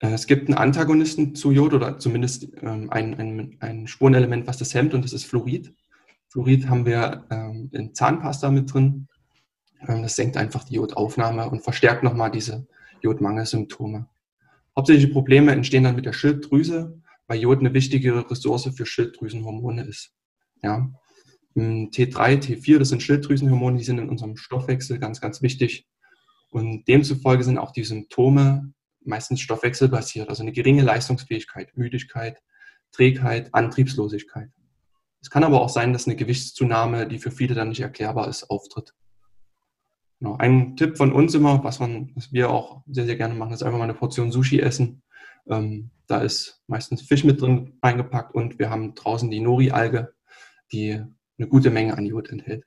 Es gibt einen Antagonisten zu Jod oder zumindest ein Spurenelement, was das hemmt, und das ist Fluorid. Fluorid haben wir in Zahnpasta mit drin. Das senkt einfach die Jodaufnahme und verstärkt nochmal diese Jodmangelsymptome. Hauptsächliche Probleme entstehen dann mit der Schilddrüse, weil Jod eine wichtige Ressource für Schilddrüsenhormone ist. Ja. T3, T4, das sind Schilddrüsenhormone, die sind in unserem Stoffwechsel ganz, ganz wichtig. Und demzufolge sind auch die Symptome meistens stoffwechselbasiert, also eine geringe Leistungsfähigkeit, Müdigkeit, Trägheit, Antriebslosigkeit. Es kann aber auch sein, dass eine Gewichtszunahme, die für viele dann nicht erklärbar ist, auftritt. Genau. Ein Tipp von uns immer, was wir auch sehr, sehr gerne machen, ist einfach mal eine Portion Sushi essen. Da ist meistens Fisch mit drin eingepackt und wir haben draußen die Nori-Alge, die eine gute Menge an Jod enthält.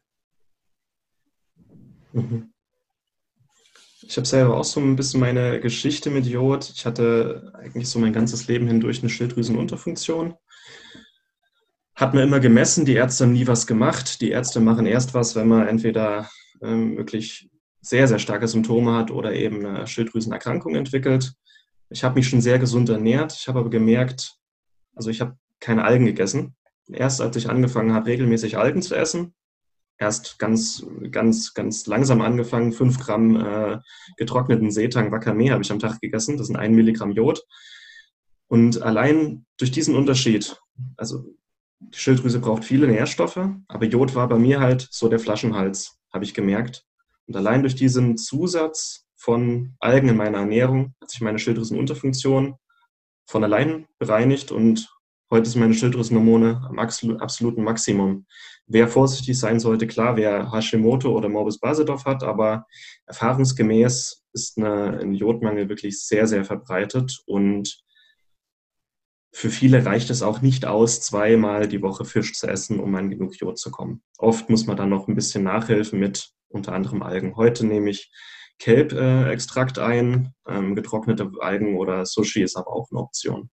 Ich habe selber auch so ein bisschen meine Geschichte mit Jod. Ich hatte eigentlich so mein ganzes Leben hindurch eine Schilddrüsenunterfunktion. Hat man immer gemessen, die Ärzte haben nie was gemacht. Die Ärzte machen erst was, wenn man entweder wirklich sehr, sehr starke Symptome hat oder eben eine Schilddrüsenerkrankung entwickelt. Ich habe mich schon sehr gesund ernährt. Ich habe aber gemerkt, also ich habe keine Algen gegessen. Erst als ich angefangen habe, regelmäßig Algen zu essen, erst ganz, ganz, ganz langsam angefangen, 5 Gramm getrockneten Seetang Wakame habe ich am Tag gegessen. Das sind 1 Milligramm Jod. Und allein durch diesen Unterschied, also die Schilddrüse braucht viele Nährstoffe, aber Jod war bei mir halt so der Flaschenhals, habe ich gemerkt. Und allein durch diesen Zusatz von Algen in meiner Ernährung hat sich meine Schilddrüsenunterfunktion von allein bereinigt und heute sind meine Schilddrüsenhormone am absoluten Maximum. Wer vorsichtig sein sollte, klar, wer Hashimoto oder Morbus Basedoww hat, aber erfahrungsgemäß ist ein Jodmangel wirklich sehr, sehr verbreitet und für viele reicht es auch nicht aus, 2-mal die Woche Fisch zu essen, um an genug Jod zu kommen. Oft muss man dann noch ein bisschen nachhelfen mit unter anderem Algen. Heute nehme ich Kelbextrakt ein, getrocknete Algen oder Sushi ist aber auch eine Option.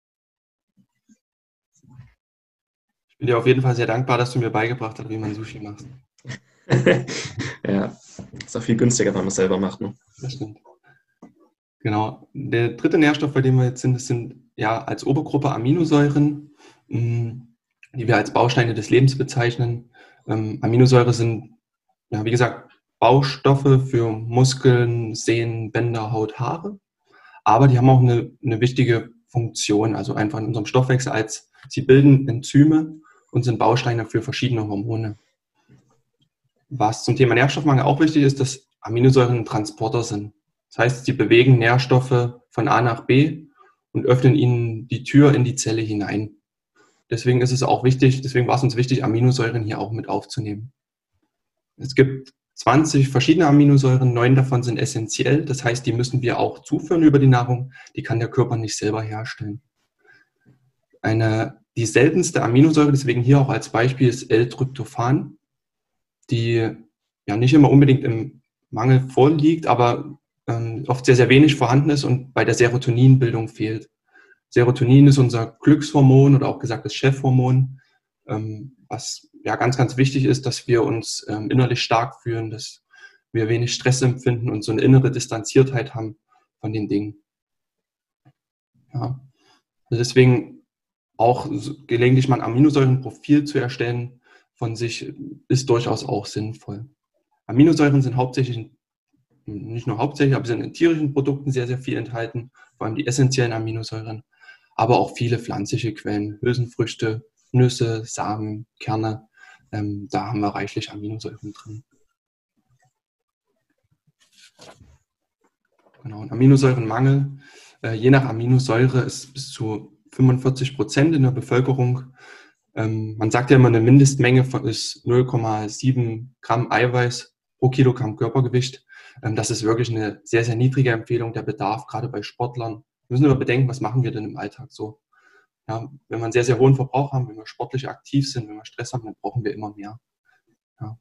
Ich bin dir auf jeden Fall sehr dankbar, dass du mir beigebracht hast, wie man Sushi macht. Ja, ist auch viel günstiger, wenn man es selber macht. Ne? Das stimmt. Genau. Der dritte Nährstoff, bei dem wir jetzt sind, das sind ja als Obergruppe Aminosäuren, die wir als Bausteine des Lebens bezeichnen. Aminosäuren sind, ja, wie gesagt, Baustoffe für Muskeln, Sehnen, Bänder, Haut, Haare. Aber die haben auch eine wichtige Funktion, also einfach in unserem Stoffwechsel, als sie bilden Enzyme und sind Bausteine für verschiedene Hormone. Was zum Thema Nährstoffmangel auch wichtig ist, dass Aminosäuren Transporter sind. Das heißt, sie bewegen Nährstoffe von A nach B und öffnen ihnen die Tür in die Zelle hinein. Deswegen ist es auch wichtig, deswegen war es uns wichtig, Aminosäuren hier auch mit aufzunehmen. Es gibt 20 verschiedene Aminosäuren, 9 davon sind essentiell. Das heißt, die müssen wir auch zuführen über die Nahrung. Die kann der Körper nicht selber herstellen. Die seltenste Aminosäure, deswegen hier auch als Beispiel, ist L-Tryptophan, die ja nicht immer unbedingt im Mangel vorliegt, aber oft sehr, sehr wenig vorhanden ist und bei der Serotoninbildung fehlt. Serotonin ist unser Glückshormon oder auch gesagt das Chefhormon, was ja ganz, ganz wichtig ist, dass wir uns innerlich stark fühlen, dass wir wenig Stress empfinden und so eine innere Distanziertheit haben von den Dingen. Ja. Also deswegen auch gelegentlich mal ein Aminosäurenprofil zu erstellen von sich ist durchaus auch sinnvoll. Aminosäuren sind hauptsächlich, nicht nur hauptsächlich, aber sind in tierischen Produkten sehr, sehr viel enthalten, vor allem die essentiellen Aminosäuren, aber auch viele pflanzliche Quellen, Hülsenfrüchte, Nüsse, Samen, Kerne, da haben wir reichlich Aminosäuren drin. Genau, und Aminosäurenmangel, je nach Aminosäure ist bis zu 45% in der Bevölkerung. Man sagt ja immer, eine Mindestmenge ist 0,7 Gramm Eiweiß pro Kilogramm Körpergewicht. Das ist wirklich eine sehr, sehr niedrige Empfehlung, der Bedarf, gerade bei Sportlern. Wir müssen aber bedenken, was machen wir denn im Alltag so? Ja, wenn wir einen sehr, sehr hohen Verbrauch haben, wenn wir sportlich aktiv sind, wenn wir Stress haben, dann brauchen wir immer mehr. Ja.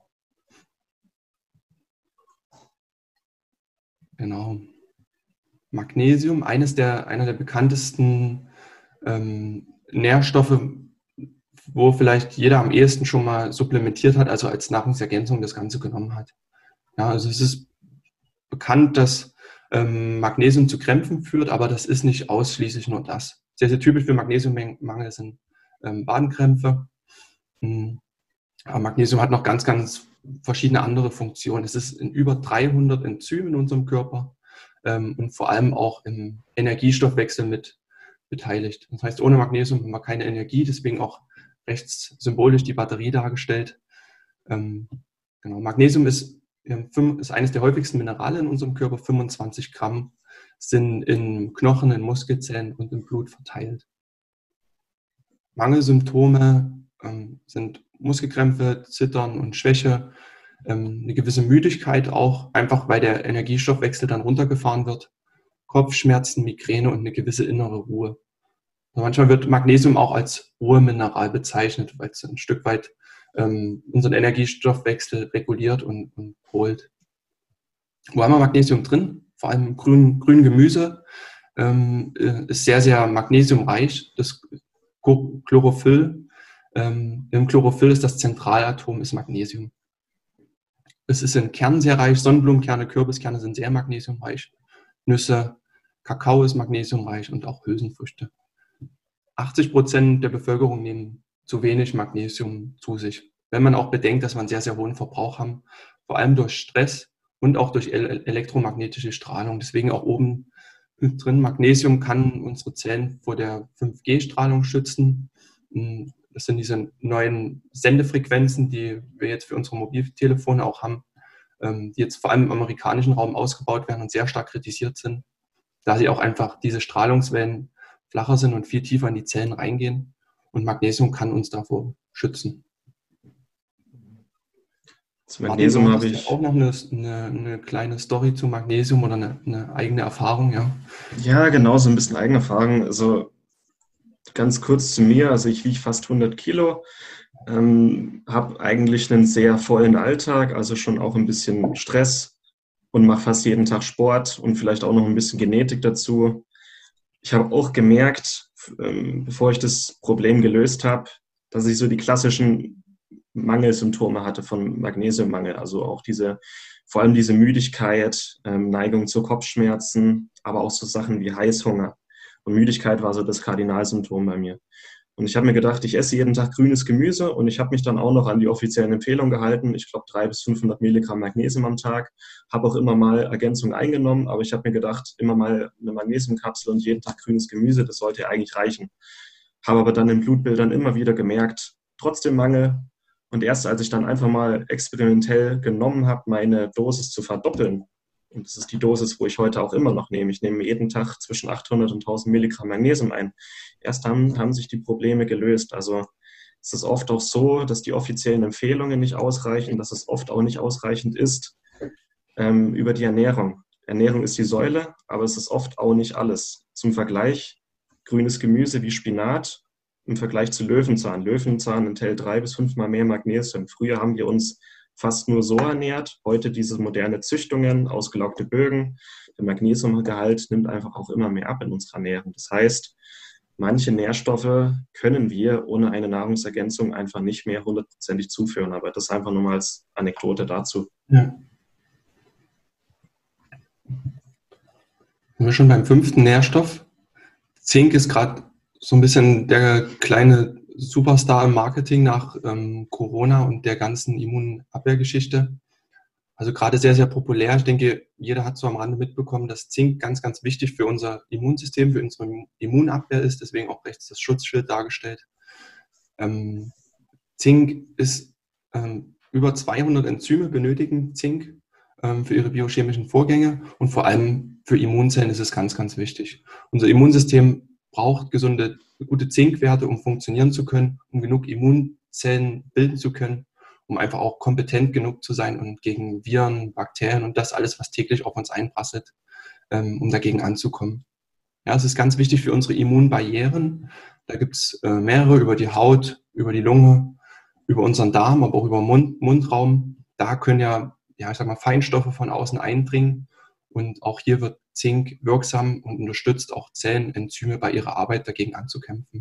Genau. Magnesium, einer der bekanntesten Nährstoffe, wo vielleicht jeder am ehesten schon mal supplementiert hat, also als Nahrungsergänzung das Ganze genommen hat. Ja, also es ist bekannt, dass Magnesium zu Krämpfen führt, aber das ist nicht ausschließlich nur das. Sehr, sehr typisch für Magnesiummangel sind Wadenkrämpfe. Aber Magnesium hat noch ganz, ganz verschiedene andere Funktionen. Es ist in über 300 Enzymen in unserem Körper und vor allem auch im Energiestoffwechsel mit beteiligt. Das heißt, ohne Magnesium haben wir keine Energie, deswegen auch rechts symbolisch die Batterie dargestellt. Genau. Magnesium ist eines der häufigsten Minerale in unserem Körper. 25 Gramm sind in Knochen, in Muskelzellen und im Blut verteilt. Mangelsymptome sind Muskelkrämpfe, Zittern und Schwäche, eine gewisse Müdigkeit auch, einfach weil der Energiestoffwechsel dann runtergefahren wird, Kopfschmerzen, Migräne und eine gewisse innere Ruhe. Und manchmal wird Magnesium auch als Ruhemineral bezeichnet, weil es ein Stück weit unseren Energiestoffwechsel reguliert und polt. Wo haben wir Magnesium drin? Vor allem im grünen Gemüse ist sehr, sehr magnesiumreich. Das Chlorophyll, im Chlorophyll ist das Zentralatom, ist Magnesium. Es ist in Kernen sehr reich. Sonnenblumenkerne, Kürbiskerne sind sehr magnesiumreich. Nüsse, Kakao ist magnesiumreich und auch Hülsenfrüchte. 80% der Bevölkerung nehmen zu wenig Magnesium zu sich. Wenn man auch bedenkt, dass wir einen sehr, sehr hohen Verbrauch haben, vor allem durch Stress und auch durch elektromagnetische Strahlung. Deswegen auch oben drin, Magnesium kann unsere Zellen vor der 5G-Strahlung schützen. Das sind diese neuen Sendefrequenzen, die wir jetzt für unsere Mobiltelefone auch haben, die jetzt vor allem im amerikanischen Raum ausgebaut werden und sehr stark kritisiert sind, da sie auch einfach diese Strahlungswellen flacher sind und viel tiefer in die Zellen reingehen. Und Magnesium kann uns davor schützen. Zu Magnesium Martin, habe ich auch noch eine kleine Story zu Magnesium oder eine eigene Erfahrung, ja? Ja, genau, so ein bisschen eigene Erfahrung. Also ganz kurz zu mir, also ich wiege fast 100 Kilo, habe eigentlich einen sehr vollen Alltag, also schon auch ein bisschen Stress und mache fast jeden Tag Sport und vielleicht auch noch ein bisschen Genetik dazu. Ich habe auch gemerkt, bevor ich das Problem gelöst habe, dass ich so die klassischen Mangelsymptome hatte von Magnesiummangel, also auch vor allem diese Müdigkeit, Neigung zu Kopfschmerzen, aber auch so Sachen wie Heißhunger. Und Müdigkeit war so das Kardinalsymptom bei mir. Und ich habe mir gedacht, ich esse jeden Tag grünes Gemüse und ich habe mich dann auch noch an die offiziellen Empfehlungen gehalten. Ich glaube 300 bis 500 Milligramm Magnesium am Tag. Habe auch immer mal Ergänzungen eingenommen, aber ich habe mir gedacht, immer mal eine Magnesiumkapsel und jeden Tag grünes Gemüse, das sollte ja eigentlich reichen. Habe aber dann in Blutbildern immer wieder gemerkt, trotzdem Mangel. Und erst als ich dann einfach mal experimentell genommen habe, meine Dosis zu verdoppeln, und das ist die Dosis, wo ich heute auch immer noch nehme. Ich nehme jeden Tag zwischen 800 und 1000 Milligramm Magnesium ein. Erst dann haben sich die Probleme gelöst. Also es ist oft auch so, dass die offiziellen Empfehlungen nicht ausreichen, dass es oft auch nicht ausreichend ist über die Ernährung. Ernährung ist die Säule, aber es ist oft auch nicht alles. Zum Vergleich, grünes Gemüse wie Spinat im Vergleich zu Löwenzahn. Löwenzahn enthält 3 bis 5 Mal mehr Magnesium. Früher haben wir uns fast nur so ernährt. Heute diese moderne Züchtungen, ausgelaugte Bögen. Der Magnesiumgehalt nimmt einfach auch immer mehr ab in unserer Ernährung. Das heißt, manche Nährstoffe können wir ohne eine Nahrungsergänzung einfach nicht mehr 100%ig zuführen. Aber das einfach nur mal als Anekdote dazu. Ja. Sind wir schon beim 5. Nährstoff? Zink ist gerade so ein bisschen der kleine Superstar im Marketing nach Corona und der ganzen Immunabwehrgeschichte. Also gerade sehr, sehr populär. Ich denke, jeder hat so am Rande mitbekommen, dass Zink ganz, ganz wichtig für unser Immunsystem, für unsere Immunabwehr ist. Deswegen auch rechts das Schutzschild dargestellt. Zink ist, über 200 Enzyme benötigen Zink für ihre biochemischen Vorgänge und vor allem für Immunzellen ist es ganz, ganz wichtig. Unser Immunsystem braucht gute Zinkwerte, um funktionieren zu können, um genug Immunzellen bilden zu können, um einfach auch kompetent genug zu sein und gegen Viren, Bakterien und das alles, was täglich auf uns einprasselt, um dagegen anzukommen. Ja, es ist ganz wichtig für unsere Immunbarrieren. Da gibt es mehrere über die Haut, über die Lunge, über unseren Darm, aber auch über den Mundraum. Da können ich sag mal, Feinstoffe von außen eindringen. Und auch hier wird Zink wirksam und unterstützt auch Zellen, Enzyme bei ihrer Arbeit dagegen anzukämpfen.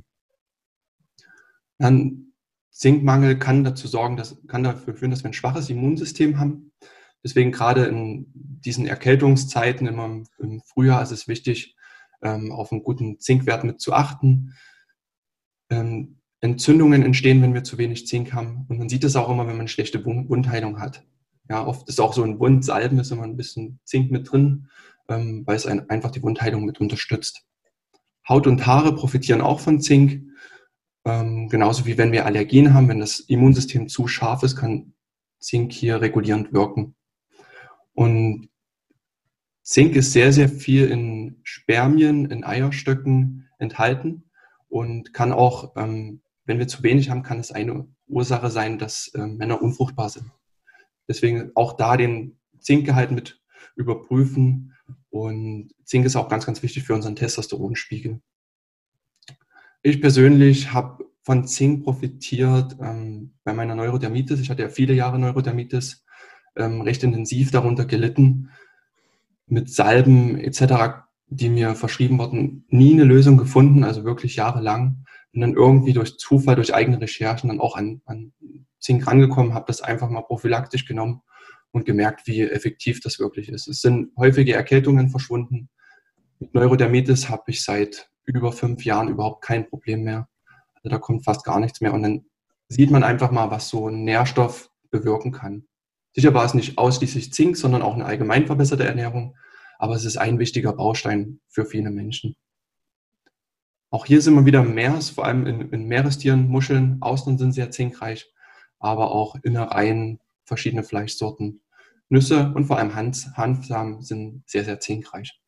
Dann Zinkmangel kann dafür führen, dass wir ein schwaches Immunsystem haben. Deswegen gerade in diesen Erkältungszeiten immer im Frühjahr ist es wichtig, auf einen guten Zinkwert mit zu achten. Entzündungen entstehen, wenn wir zu wenig Zink haben. Und man sieht es auch immer, wenn man schlechte Wundheilung hat. Ja, oft ist auch so in Wundsalben ist immer ein bisschen Zink mit drin, weil es einfach die Wundheilung mit unterstützt. Haut und Haare profitieren auch von Zink. Genauso wie wenn wir Allergien haben, wenn das Immunsystem zu scharf ist, kann Zink hier regulierend wirken. Und Zink ist sehr, sehr viel in Spermien, in Eierstöcken enthalten und kann auch, wenn wir zu wenig haben, kann es eine Ursache sein, dass Männer unfruchtbar sind. Deswegen auch da den Zinkgehalt mit überprüfen. Und Zink ist auch ganz, ganz wichtig für unseren Testosteronspiegel. Ich persönlich habe von Zink profitiert bei meiner Neurodermitis. Ich hatte ja viele Jahre Neurodermitis, recht intensiv darunter gelitten, mit Salben etc., die mir verschrieben wurden, nie eine Lösung gefunden, also wirklich jahrelang. Und dann irgendwie durch Zufall, durch eigene Recherchen dann auch an Zink rangekommen, habe das einfach mal prophylaktisch genommen und gemerkt, wie effektiv das wirklich ist. Es sind häufige Erkältungen verschwunden. Mit Neurodermitis habe ich seit über 5 Jahren überhaupt kein Problem mehr. Also da kommt fast gar nichts mehr. Und dann sieht man einfach mal, was so ein Nährstoff bewirken kann. Sicher war es nicht ausschließlich Zink, sondern auch eine allgemein verbesserte Ernährung. Aber es ist ein wichtiger Baustein für viele Menschen. Auch hier sind wir wieder im Meer, vor allem in Meerestieren, Muscheln, Austern sind sehr zinkreich, aber auch Innereien, verschiedene Fleischsorten, Nüsse und vor allem Hanfsamen sind sehr, sehr zinkreich.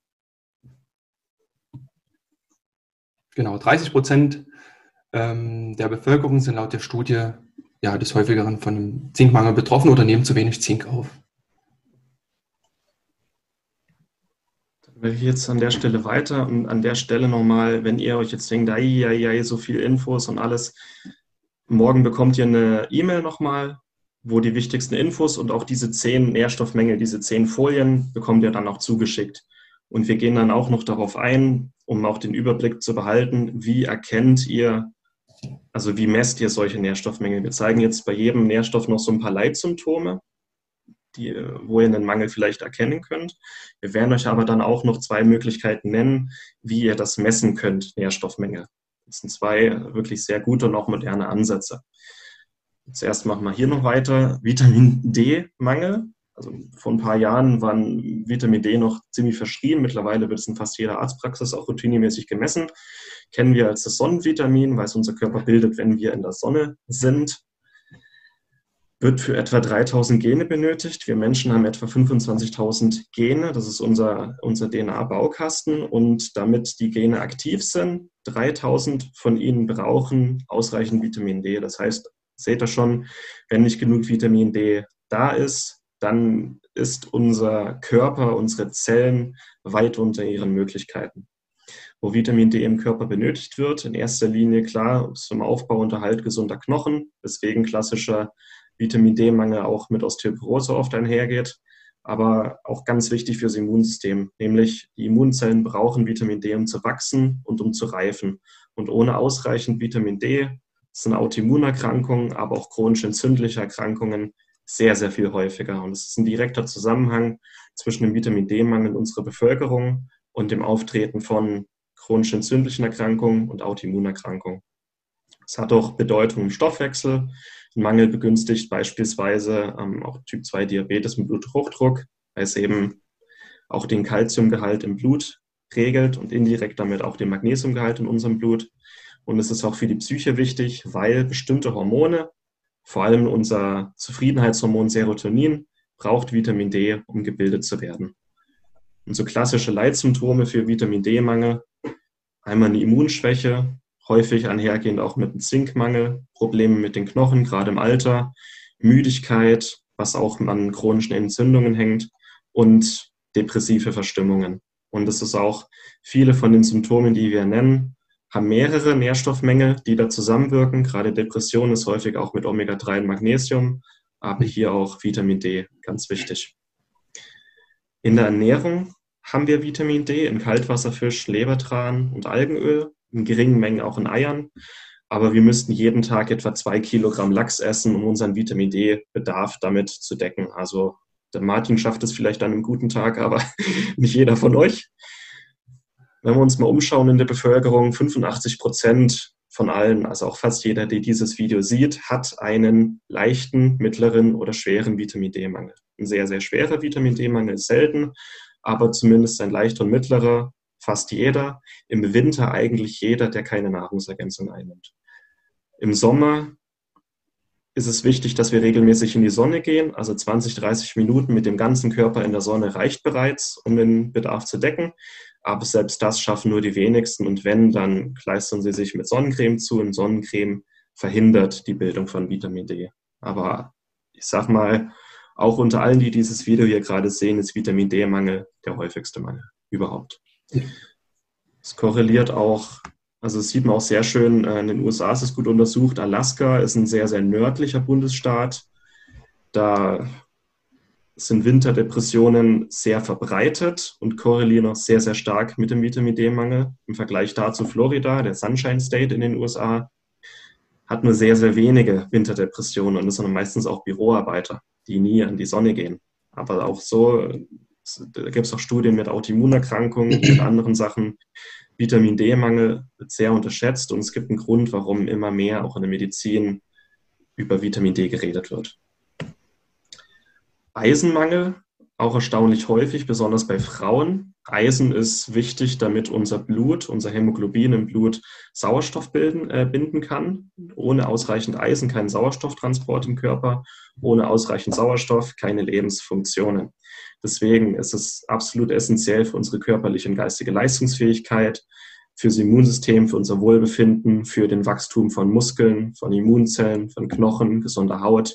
Genau, 30% der Bevölkerung sind laut der Studie des häufigeren von einem Zinkmangel betroffen oder nehmen zu wenig Zink auf. Dann will ich jetzt an der Stelle weiter und an der Stelle nochmal, wenn ihr euch jetzt denkt, so viel Infos und alles, morgen bekommt ihr eine E-Mail nochmal, wo die wichtigsten Infos und auch diese 10 Nährstoffmängel, diese 10 Folien bekommt ihr dann auch zugeschickt. Und wir gehen dann auch noch darauf ein, um auch den Überblick zu behalten, wie erkennt ihr, also wie messt ihr solche Nährstoffmängel? Wir zeigen jetzt bei jedem Nährstoff noch so ein paar Leitsymptome, wo ihr einen Mangel vielleicht erkennen könnt. Wir werden euch aber dann auch noch 2 Möglichkeiten nennen, wie ihr das messen könnt, Nährstoffmängel. Das sind 2 wirklich sehr gute und auch moderne Ansätze. Zuerst machen wir hier noch weiter. Vitamin D-Mangel. Also vor ein paar Jahren war Vitamin D noch ziemlich verschrien. Mittlerweile wird es in fast jeder Arztpraxis auch routinemäßig gemessen. Kennen wir als das Sonnenvitamin, weil es unser Körper bildet, wenn wir in der Sonne sind. Wird für etwa 3000 Gene benötigt. Wir Menschen haben etwa 25.000 Gene. Das ist unser DNA-Baukasten. Und damit die Gene aktiv sind, 3000 von ihnen brauchen ausreichend Vitamin D. Das heißt, seht ihr schon, wenn nicht genug Vitamin D da ist, dann ist unser Körper, unsere Zellen weit unter ihren Möglichkeiten. Wo Vitamin D im Körper benötigt wird, in erster Linie klar zum Aufbau und Erhalt gesunder Knochen, deswegen klassischer Vitamin D-Mangel auch mit Osteoporose oft einhergeht, aber auch ganz wichtig fürs Immunsystem, nämlich die Immunzellen brauchen Vitamin D, um zu wachsen und um zu reifen. Und ohne ausreichend Vitamin D sind Autoimmunerkrankungen, aber auch chronisch entzündliche Erkrankungen sehr, sehr viel häufiger. Und es ist ein direkter Zusammenhang zwischen dem Vitamin D-Mangel in unserer Bevölkerung und dem Auftreten von chronisch entzündlichen Erkrankungen und Autoimmunerkrankungen. Es hat auch Bedeutung im Stoffwechsel. Ein Mangel begünstigt beispielsweise auch Typ-2-Diabetes mit Bluthochdruck, weil es eben auch den Kalziumgehalt im Blut regelt und indirekt damit auch den Magnesiumgehalt in unserem Blut. Und es ist auch für die Psyche wichtig, weil bestimmte Hormone, vor allem unser Zufriedenheitshormon Serotonin, braucht Vitamin D, um gebildet zu werden. Und so klassische Leitsymptome für Vitamin D-Mangel, einmal eine Immunschwäche, häufig einhergehend auch mit einem Zinkmangel, Probleme mit den Knochen, gerade im Alter, Müdigkeit, was auch an chronischen Entzündungen hängt und depressive Verstimmungen. Und es ist auch viele von den Symptomen, die wir nennen, haben mehrere Nährstoffmängel, die da zusammenwirken. Gerade Depression ist häufig auch mit Omega-3 und Magnesium, aber hier auch Vitamin D, ganz wichtig. In der Ernährung haben wir Vitamin D in Kaltwasserfisch, Lebertran und Algenöl, in geringen Mengen auch in Eiern. Aber wir müssten jeden Tag etwa 2 Kilogramm Lachs essen, um unseren Vitamin D-Bedarf damit zu decken. Also Der Martin schafft es vielleicht an einem guten Tag, aber nicht jeder von euch. Wenn wir uns mal umschauen in der Bevölkerung, 85% von allen, also auch fast jeder, der dieses Video sieht, hat einen leichten, mittleren oder schweren Vitamin-D-Mangel. Ein sehr, sehr schwerer Vitamin-D-Mangel ist selten, aber zumindest ein leichter und mittlerer, fast jeder. Im Winter eigentlich jeder, der keine Nahrungsergänzung einnimmt. Im Sommer ist es wichtig, dass wir regelmäßig in die Sonne gehen. Also 20, 30 Minuten mit dem ganzen Körper in der Sonne reicht bereits, um den Bedarf zu decken. Aber selbst das schaffen nur die wenigsten. Und wenn, dann kleistern sie sich mit Sonnencreme zu. Und Sonnencreme verhindert die Bildung von Vitamin D. Aber ich sag mal, auch unter allen, die dieses Video hier gerade sehen, ist Vitamin D-Mangel der häufigste Mangel überhaupt. Es korreliert auch, also das sieht man auch sehr schön, in den USA ist es gut untersucht. Alaska ist ein sehr, sehr nördlicher Bundesstaat. Da sind Winterdepressionen sehr verbreitet und korrelieren auch sehr, sehr stark mit dem Vitamin D-Mangel. Im Vergleich dazu Florida, der Sunshine State in den USA, hat nur sehr, sehr wenige Winterdepressionen und das sind meistens auch Büroarbeiter, die nie an die Sonne gehen. Aber auch so, da gibt es auch Studien mit Autoimmunerkrankungen, mit anderen Sachen. Vitamin D-Mangel wird sehr unterschätzt und es gibt einen Grund, warum immer mehr auch in der Medizin über Vitamin D geredet wird. Eisenmangel, auch erstaunlich häufig, besonders bei Frauen. Eisen ist wichtig, damit unser Blut, unser Hämoglobin im Blut Sauerstoff binden kann. Ohne ausreichend Eisen keinen Sauerstofftransport im Körper, ohne ausreichend Sauerstoff keine Lebensfunktionen. Deswegen ist es absolut essentiell für unsere körperliche und geistige Leistungsfähigkeit, für das Immunsystem, für unser Wohlbefinden, für den Wachstum von Muskeln, von Immunzellen, von Knochen, gesunder Haut.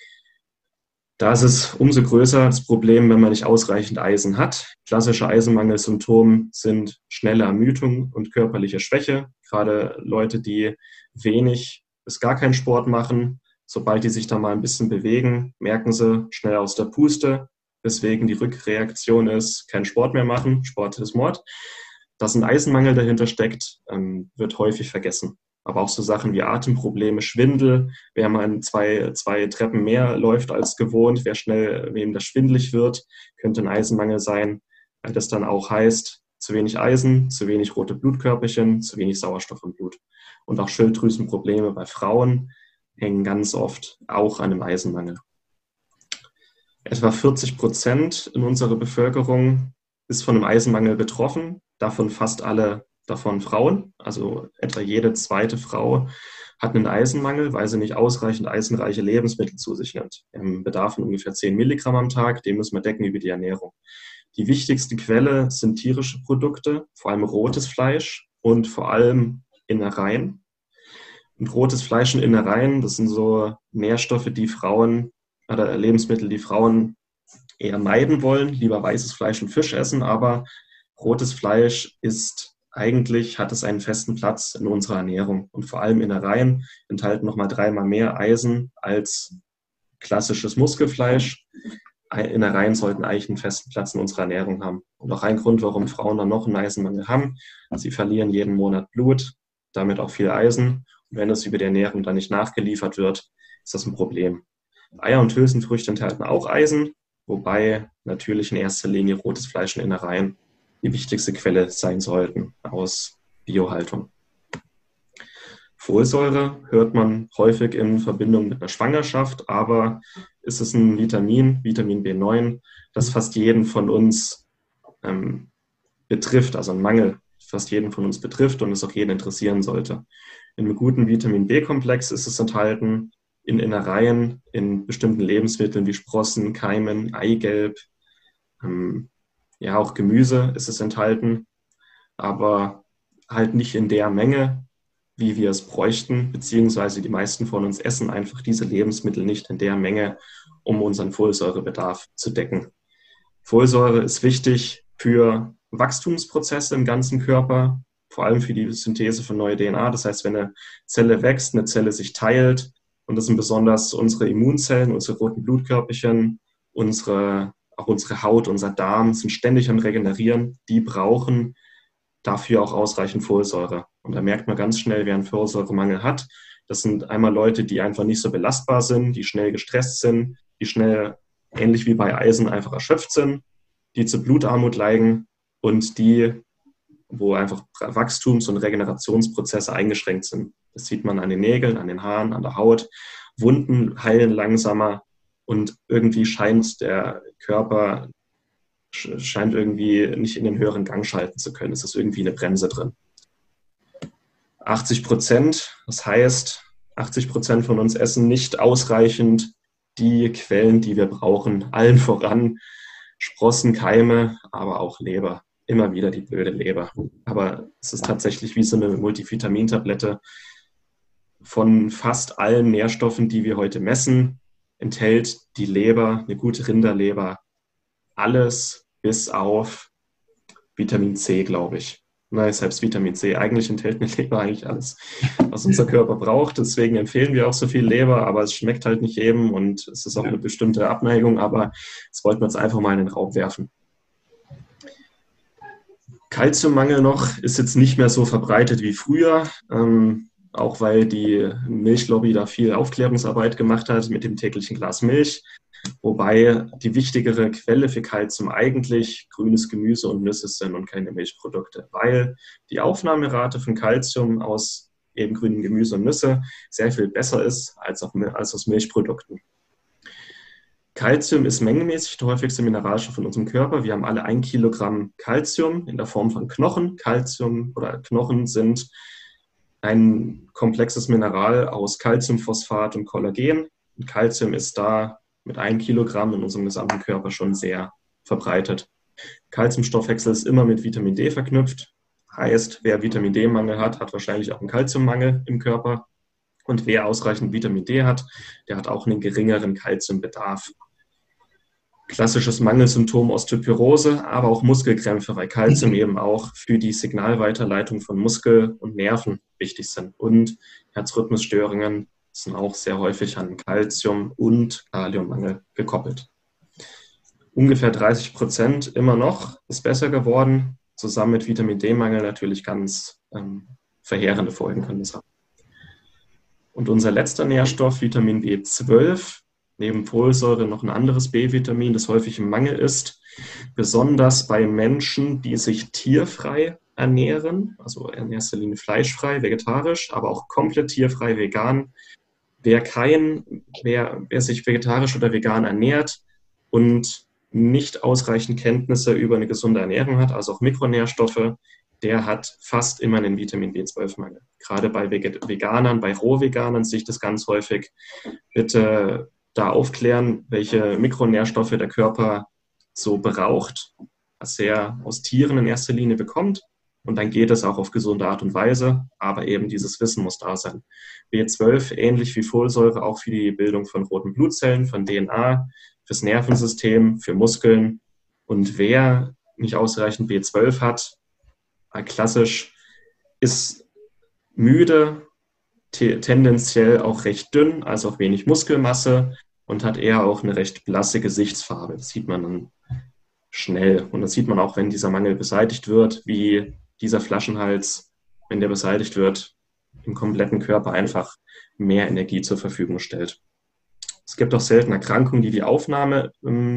Da ist es umso größer das Problem, wenn man nicht ausreichend Eisen hat. Klassische Eisenmangelsymptome sind schnelle Ermüdung und körperliche Schwäche. Gerade Leute, die wenig bis gar keinen Sport machen, sobald die sich da mal ein bisschen bewegen, merken sie schnell aus der Puste, weswegen die Rückreaktion ist, keinen Sport mehr machen. Sport ist Mord. Dass ein Eisenmangel dahinter steckt, wird häufig vergessen. Aber auch so Sachen wie Atemprobleme, Schwindel, wer mal zwei Treppen mehr läuft als gewohnt, wer schnell, wem das schwindelig wird, könnte ein Eisenmangel sein, weil das dann auch heißt, zu wenig Eisen, zu wenig rote Blutkörperchen, zu wenig Sauerstoff im Blut. Und auch Schilddrüsenprobleme bei Frauen hängen ganz oft auch an einem Eisenmangel. Etwa 40% in unserer Bevölkerung ist von einem Eisenmangel betroffen, davon fast alle davon Frauen, also etwa jede zweite Frau hat einen Eisenmangel, weil sie nicht ausreichend eisenreiche Lebensmittel zu sich nimmt. Wir haben einen Bedarf von ungefähr 10 Milligramm am Tag, den müssen wir decken über die Ernährung. Die wichtigste Quelle sind tierische Produkte, vor allem rotes Fleisch und vor allem Innereien. Und rotes Fleisch und Innereien, das sind so Nährstoffe, die Frauen oder Lebensmittel, die Frauen eher meiden wollen, lieber weißes Fleisch und Fisch essen, aber rotes Fleisch hat es einen festen Platz in unserer Ernährung. Und vor allem Innereien enthalten nochmal 3-mal mehr Eisen als klassisches Muskelfleisch. Innereien sollten eigentlich einen festen Platz in unserer Ernährung haben. Und auch ein Grund, warum Frauen dann noch einen Eisenmangel haben. Sie verlieren jeden Monat Blut, damit auch viel Eisen. Und wenn es über die Ernährung dann nicht nachgeliefert wird, ist das ein Problem. Eier und Hülsenfrüchte enthalten auch Eisen, wobei natürlich in erster Linie rotes Fleisch und Innereien die wichtigste Quelle sein sollten aus Biohaltung. Folsäure hört man häufig in Verbindung mit einer Schwangerschaft, aber ist es ein Vitamin B9, das fast jeden von uns betrifft, also ein Mangel fast jeden von uns betrifft und es auch jeden interessieren sollte. In einem guten Vitamin B-Komplex ist es enthalten, in Innereien, in bestimmten Lebensmitteln wie Sprossen, Keimen, Eigelb, auch Gemüse ist es enthalten, aber halt nicht in der Menge, wie wir es bräuchten, beziehungsweise die meisten von uns essen einfach diese Lebensmittel nicht in der Menge, um unseren Folsäurebedarf zu decken. Folsäure ist wichtig für Wachstumsprozesse im ganzen Körper, vor allem für die Synthese von neuer DNA. Das heißt, wenn eine Zelle wächst, eine Zelle sich teilt, und das sind besonders unsere Immunzellen, unsere roten Blutkörperchen, auch unsere Haut, unser Darm sind ständig am Regenerieren. Die brauchen dafür auch ausreichend Folsäure. Und da merkt man ganz schnell, wer einen Folsäuremangel hat. Das sind einmal Leute, die einfach nicht so belastbar sind, die schnell gestresst sind, die schnell ähnlich wie bei Eisen, einfach erschöpft sind, die zu Blutarmut neigen und die, wo einfach Wachstums- und Regenerationsprozesse eingeschränkt sind. Das sieht man an den Nägeln, an den Haaren, an der Haut. Wunden heilen langsamer und irgendwie scheint der Körper irgendwie nicht in den höheren Gang schalten zu können. Es ist irgendwie eine Bremse drin. 80%, das heißt, 80% von uns essen nicht ausreichend die Quellen, die wir brauchen. Allen voran Sprossen, Keime, aber auch Leber. Immer wieder die blöde Leber. Aber es ist tatsächlich wie so eine Multivitamintablette. Von fast allen Nährstoffen, die wir heute messen, enthält die Leber, eine gute Rinderleber, alles bis auf Vitamin C, glaube ich. Nein, selbst Vitamin C. Eigentlich enthält eine Leber eigentlich alles, was unser Körper braucht. Deswegen empfehlen wir auch so viel Leber, aber es schmeckt halt nicht jedem und es ist auch eine bestimmte Abneigung, aber das wollten wir jetzt einfach mal in den Raum werfen. Kalziummangel noch ist jetzt nicht mehr so verbreitet wie früher, auch weil die Milchlobby da viel Aufklärungsarbeit gemacht hat mit dem täglichen Glas Milch. Wobei die wichtigere Quelle für Kalzium eigentlich grünes Gemüse und Nüsse sind und keine Milchprodukte, weil die Aufnahmerate von Kalzium aus eben grünem Gemüse und Nüsse sehr viel besser ist als aus Milchprodukten. Kalzium ist mengenmäßig der häufigste Mineralstoff in unserem Körper. Wir haben alle 1 Kilogramm Kalzium in der Form von Knochen. Kalzium oder Knochen sind ein komplexes Mineral aus Calcium, Phosphat und Kollagen. Und Calcium ist da mit 1 Kilogramm in unserem gesamten Körper schon sehr verbreitet. Calciumstoffwechsel ist immer mit Vitamin D verknüpft. Heißt, wer Vitamin D-Mangel hat, hat wahrscheinlich auch einen Calciummangel im Körper. Und wer ausreichend Vitamin D hat, der hat auch einen geringeren Calciumbedarf. Klassisches Mangelsymptom Osteoporose, aber auch Muskelkrämpfe, weil Calcium eben auch für die Signalweiterleitung von Muskel und Nerven wichtig sind. Und Herzrhythmusstörungen sind auch sehr häufig an Calcium- und Kaliummangel gekoppelt. Ungefähr 30% immer noch ist besser geworden. Zusammen mit Vitamin D-Mangel natürlich ganz verheerende Folgen können das haben. Und unser letzter Nährstoff, Vitamin B12, neben Folsäure noch ein anderes B-Vitamin, das häufig im Mangel ist, besonders bei Menschen, die sich tierfrei ernähren, also in erster Linie fleischfrei, vegetarisch, aber auch komplett tierfrei, vegan. Wer sich vegetarisch oder vegan ernährt und nicht ausreichend Kenntnisse über eine gesunde Ernährung hat, also auch Mikronährstoffe, der hat fast immer einen Vitamin B12-Mangel. Gerade bei Veganern, bei Rohveganern sehe ich das ganz häufig. Bitte da aufklären, welche Mikronährstoffe der Körper so braucht, was er aus Tieren in erster Linie bekommt. Und dann geht es auch auf gesunde Art und Weise, aber eben dieses Wissen muss da sein. B12, ähnlich wie Folsäure, auch für die Bildung von roten Blutzellen, von DNA, fürs Nervensystem, für Muskeln. Und wer nicht ausreichend B12 hat, klassisch, ist müde, tendenziell auch recht dünn, also auch wenig Muskelmasse und hat eher auch eine recht blasse Gesichtsfarbe. Das sieht man dann schnell. Und das sieht man auch, wenn dieser Mangel beseitigt wird, wie dieser Flaschenhals, wenn der beseitigt wird, im kompletten Körper einfach mehr Energie zur Verfügung stellt. Es gibt auch selten Erkrankungen, die die Aufnahme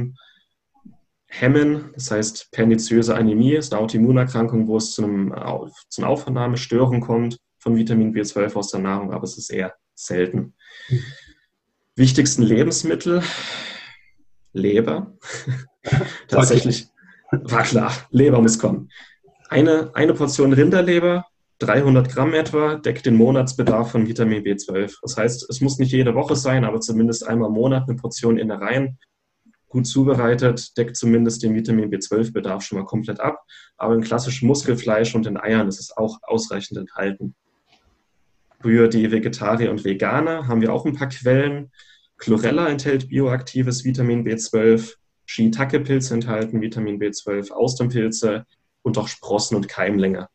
hemmen. Das heißt, perniziöse Anämie ist eine Autoimmunerkrankung, wo es zu einer Aufnahmestörung kommt von Vitamin B12 aus der Nahrung, aber es ist eher selten. Wichtigsten Lebensmittel, Leber. Tatsächlich, war klar, Leber muss kommen. Eine Portion Rinderleber, 300 Gramm etwa, deckt den Monatsbedarf von Vitamin B12. Das heißt, es muss nicht jede Woche sein, aber zumindest einmal im Monat eine Portion Innereien. Gut zubereitet, deckt zumindest den Vitamin B12-Bedarf schon mal komplett ab. Aber im klassischen Muskelfleisch und in Eiern ist es auch ausreichend enthalten. Für die Vegetarier und Veganer haben wir auch ein paar Quellen. Chlorella enthält bioaktives Vitamin B12, Shiitake-Pilze enthalten Vitamin B12, Austernpilze und auch Sprossen und Keimlinge.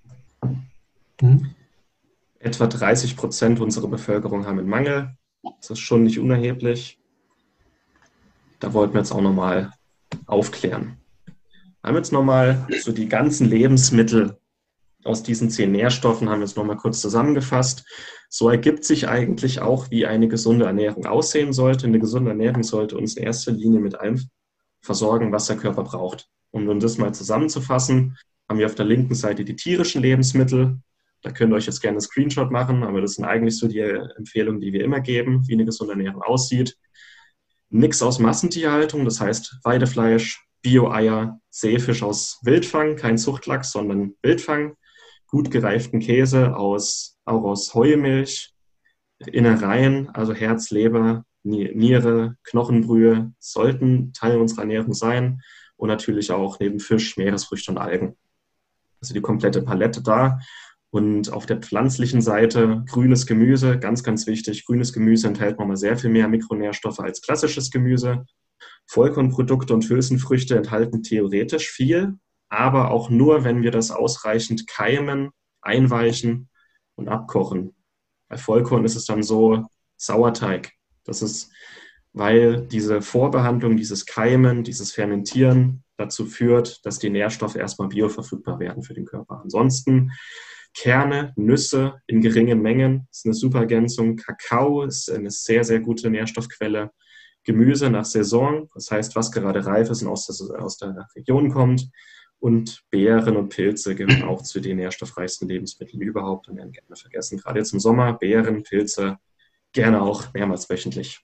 Etwa 30% unserer Bevölkerung haben einen Mangel. Das ist schon nicht unerheblich. Da wollten wir jetzt auch nochmal aufklären. Wir haben jetzt nochmal so die ganzen Lebensmittel aus diesen 10 Nährstoffen haben wir es nochmal kurz zusammengefasst. So ergibt sich eigentlich auch, wie eine gesunde Ernährung aussehen sollte. Eine gesunde Ernährung sollte uns in erster Linie mit allem versorgen, was der Körper braucht. Um das mal zusammenzufassen, haben wir auf der linken Seite die tierischen Lebensmittel. Da könnt ihr euch jetzt gerne einen Screenshot machen, aber das sind eigentlich so die Empfehlungen, die wir immer geben, wie eine gesunde Ernährung aussieht. Nichts aus Massentierhaltung, das heißt Weidefleisch, Bio-Eier, Seefisch aus Wildfang, kein Zuchtlachs, sondern Wildfang, gut gereiften Käse auch aus Heumilch, Innereien, also Herz, Leber, Niere, Knochenbrühe sollten Teil unserer Ernährung sein und natürlich auch neben Fisch, Meeresfrüchte und Algen. Also die komplette Palette da. Und auf der pflanzlichen Seite grünes Gemüse, ganz, ganz wichtig. Grünes Gemüse enthält nochmal sehr viel mehr Mikronährstoffe als klassisches Gemüse. Vollkornprodukte und Hülsenfrüchte enthalten theoretisch viel, aber auch nur, wenn wir das ausreichend keimen, einweichen und abkochen. Bei Vollkorn ist es dann so Sauerteig. Das ist, weil diese Vorbehandlung, dieses Keimen, dieses Fermentieren dazu führt, dass die Nährstoffe erstmal bioverfügbar werden für den Körper. Ansonsten Kerne, Nüsse in geringen Mengen ist eine super Ergänzung. Kakao ist eine sehr, sehr gute Nährstoffquelle. Gemüse nach Saison, das heißt, was gerade reif ist und aus der Region kommt. Und Beeren und Pilze gehören auch zu den nährstoffreichsten Lebensmitteln überhaupt und werden gerne vergessen. Gerade jetzt im Sommer, Beeren, Pilze, gerne auch mehrmals wöchentlich.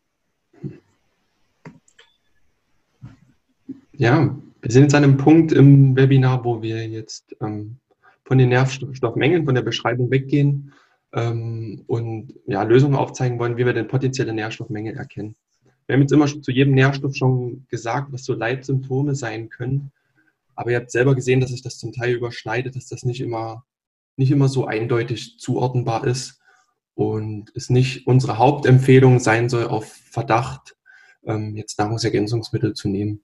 Ja, wir sind jetzt an einem Punkt im Webinar, wo wir jetzt von den Nährstoffmengen, von der Beschreibung weggehen und ja, Lösungen aufzeigen wollen, wie wir denn potenzielle Nährstoffmängel erkennen. Wir haben jetzt immer zu jedem Nährstoff schon gesagt, was so Leitsymptome sein können. Aber ihr habt selber gesehen, dass sich das zum Teil überschneidet, dass das nicht immer so eindeutig zuordnenbar ist und es nicht unsere Hauptempfehlung sein soll, auf Verdacht jetzt Nahrungsergänzungsmittel zu nehmen.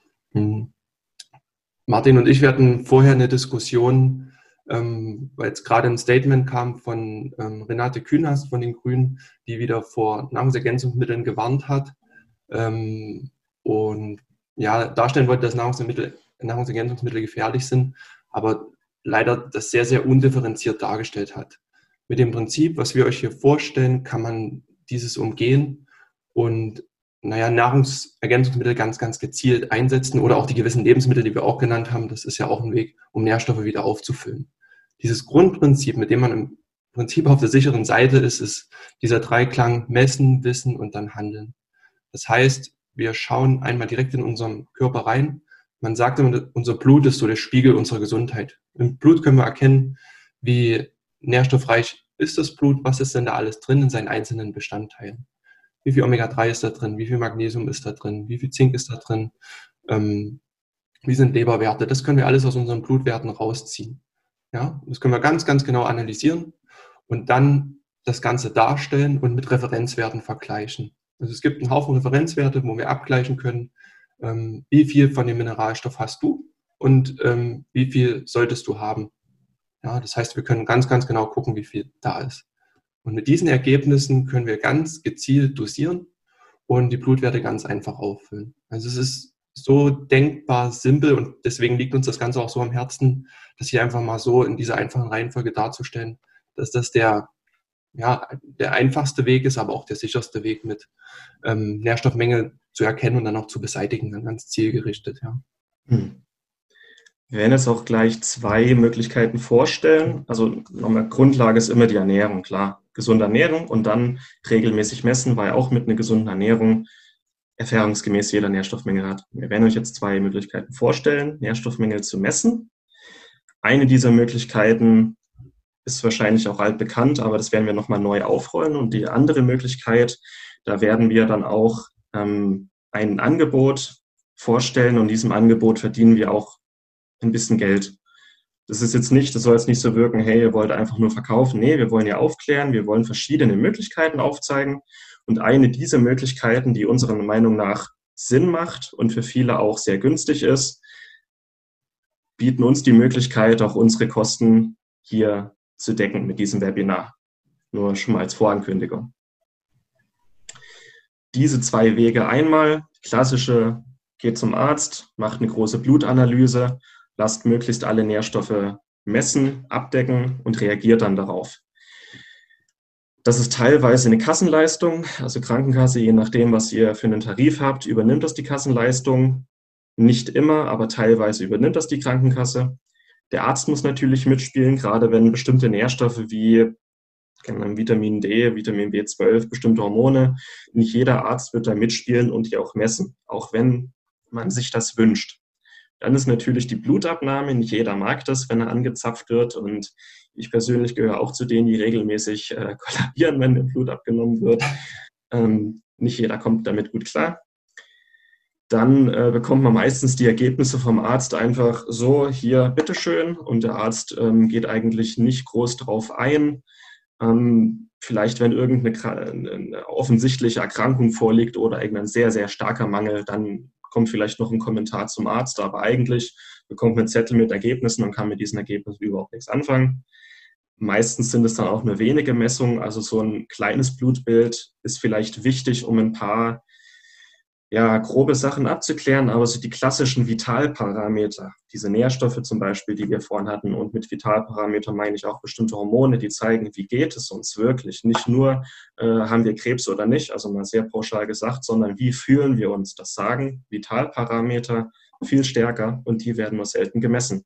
Martin und ich, wir hatten vorher eine Diskussion, weil jetzt gerade ein Statement kam von Renate Künast von den Grünen, die wieder vor Nahrungsergänzungsmitteln gewarnt hat und ja, darstellen wollte, dass Nahrungsergänzungsmittel gefährlich sind, aber leider das sehr, sehr undifferenziert dargestellt hat. Mit dem Prinzip, was wir euch hier vorstellen, kann man dieses umgehen und Nahrungsergänzungsmittel ganz, ganz gezielt einsetzen oder auch die gewissen Lebensmittel, die wir auch genannt haben. Das ist ja auch ein Weg, um Nährstoffe wieder aufzufüllen. Dieses Grundprinzip, mit dem man im Prinzip auf der sicheren Seite ist dieser Dreiklang Messen, Wissen und dann Handeln. Das heißt, wir schauen einmal direkt in unseren Körper rein. Man sagt immer, unser Blut ist so der Spiegel unserer Gesundheit. Im Blut können wir erkennen, wie nährstoffreich ist das Blut, was ist denn da alles drin in seinen einzelnen Bestandteilen. Wie viel Omega-3 ist da drin, wie viel Magnesium ist da drin, wie viel Zink ist da drin, wie sind Leberwerte. Das können wir alles aus unseren Blutwerten rausziehen. Ja, das können wir ganz, ganz genau analysieren und dann das Ganze darstellen und mit Referenzwerten vergleichen. Also es gibt einen Haufen Referenzwerte, wo wir abgleichen können, wie viel von dem Mineralstoff hast du und wie viel solltest du haben. Ja, das heißt, wir können ganz, ganz genau gucken, wie viel da ist. Und mit diesen Ergebnissen können wir ganz gezielt dosieren und die Blutwerte ganz einfach auffüllen. Also es ist so denkbar simpel und deswegen liegt uns das Ganze auch so am Herzen, das hier einfach mal so in dieser einfachen Reihenfolge darzustellen, dass das der einfachste Weg ist, aber auch der sicherste Weg, mit Nährstoffmenge zu erkennen und dann auch zu beseitigen, dann ganz zielgerichtet. Ja. Wir werden jetzt auch gleich 2 Möglichkeiten vorstellen. Also nochmal, Grundlage ist immer die Ernährung, klar. Gesunde Ernährung und dann regelmäßig messen, weil auch mit einer gesunden Ernährung erfahrungsgemäß jeder Nährstoffmenge hat. Wir werden euch jetzt 2 Möglichkeiten vorstellen, Nährstoffmängel zu messen. Eine dieser Möglichkeiten ist wahrscheinlich auch altbekannt, aber das werden wir nochmal neu aufrollen. Und die andere Möglichkeit, da werden wir dann auch ein Angebot vorstellen und in diesem Angebot verdienen wir auch ein bisschen Geld. Das soll jetzt nicht so wirken, hey, ihr wollt einfach nur verkaufen. Nee, wir wollen ja aufklären, wir wollen verschiedene Möglichkeiten aufzeigen. Und eine dieser Möglichkeiten, die unserer Meinung nach Sinn macht und für viele auch sehr günstig ist, bieten uns die Möglichkeit, auch unsere Kosten hier zu decken mit diesem Webinar. Nur schon mal als Vorankündigung. Diese 2 Wege einmal, klassische, geht zum Arzt, macht eine große Blutanalyse, lasst möglichst alle Nährstoffe messen, abdecken und reagiert dann darauf. Das ist teilweise eine Kassenleistung, also Krankenkasse, je nachdem, was ihr für einen Tarif habt, übernimmt das die Kassenleistung. Nicht immer, aber teilweise übernimmt das die Krankenkasse. Der Arzt muss natürlich mitspielen, gerade wenn bestimmte Nährstoffe wie Vitamin D, Vitamin B12, bestimmte Hormone, nicht jeder Arzt wird da mitspielen und die auch messen, auch wenn man sich das wünscht. Dann ist natürlich die Blutabnahme, nicht jeder mag das, wenn er angezapft wird, und ich persönlich gehöre auch zu denen, die regelmäßig kollabieren, wenn im Blut abgenommen wird. Nicht jeder kommt damit gut klar. Dann bekommt man meistens die Ergebnisse vom Arzt einfach so, hier, bitteschön, und der Arzt geht eigentlich nicht groß drauf ein. Vielleicht, wenn irgendeine offensichtliche Erkrankung vorliegt oder irgendein sehr, sehr starker Mangel, dann kommt vielleicht noch ein Kommentar zum Arzt, aber eigentlich bekommt man einen Zettel mit Ergebnissen und kann mit diesen Ergebnissen überhaupt nichts anfangen. Meistens sind es dann auch nur wenige Messungen, also so ein kleines Blutbild ist vielleicht wichtig, um ein paar grobe Sachen abzuklären, aber so die klassischen Vitalparameter, diese Nährstoffe zum Beispiel, die wir vorhin hatten, und mit Vitalparameter meine ich auch bestimmte Hormone, die zeigen, wie geht es uns wirklich. Nicht nur, haben wir Krebs oder nicht, also mal sehr pauschal gesagt, sondern wie fühlen wir uns. Das sagen Vitalparameter viel stärker, und die werden nur selten gemessen.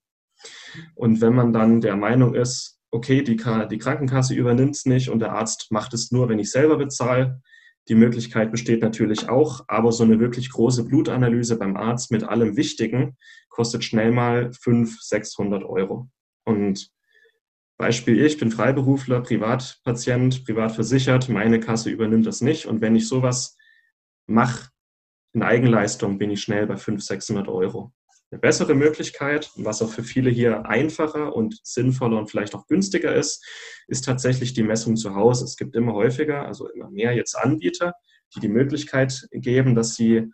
Und wenn man dann der Meinung ist, okay, die Krankenkasse übernimmt es nicht und der Arzt macht es nur, wenn ich selber bezahle, die Möglichkeit besteht natürlich auch, aber so eine wirklich große Blutanalyse beim Arzt mit allem Wichtigen kostet schnell mal 500-600 €. Und Beispiel, ich bin Freiberufler, Privatpatient, privat versichert, meine Kasse übernimmt das nicht. Und wenn ich sowas mache in Eigenleistung, bin ich schnell bei 500-600 €. Eine bessere Möglichkeit, was auch für viele hier einfacher und sinnvoller und vielleicht auch günstiger ist tatsächlich die Messung zu Hause. Es gibt immer häufiger, also immer mehr jetzt Anbieter, die Möglichkeit geben, dass sie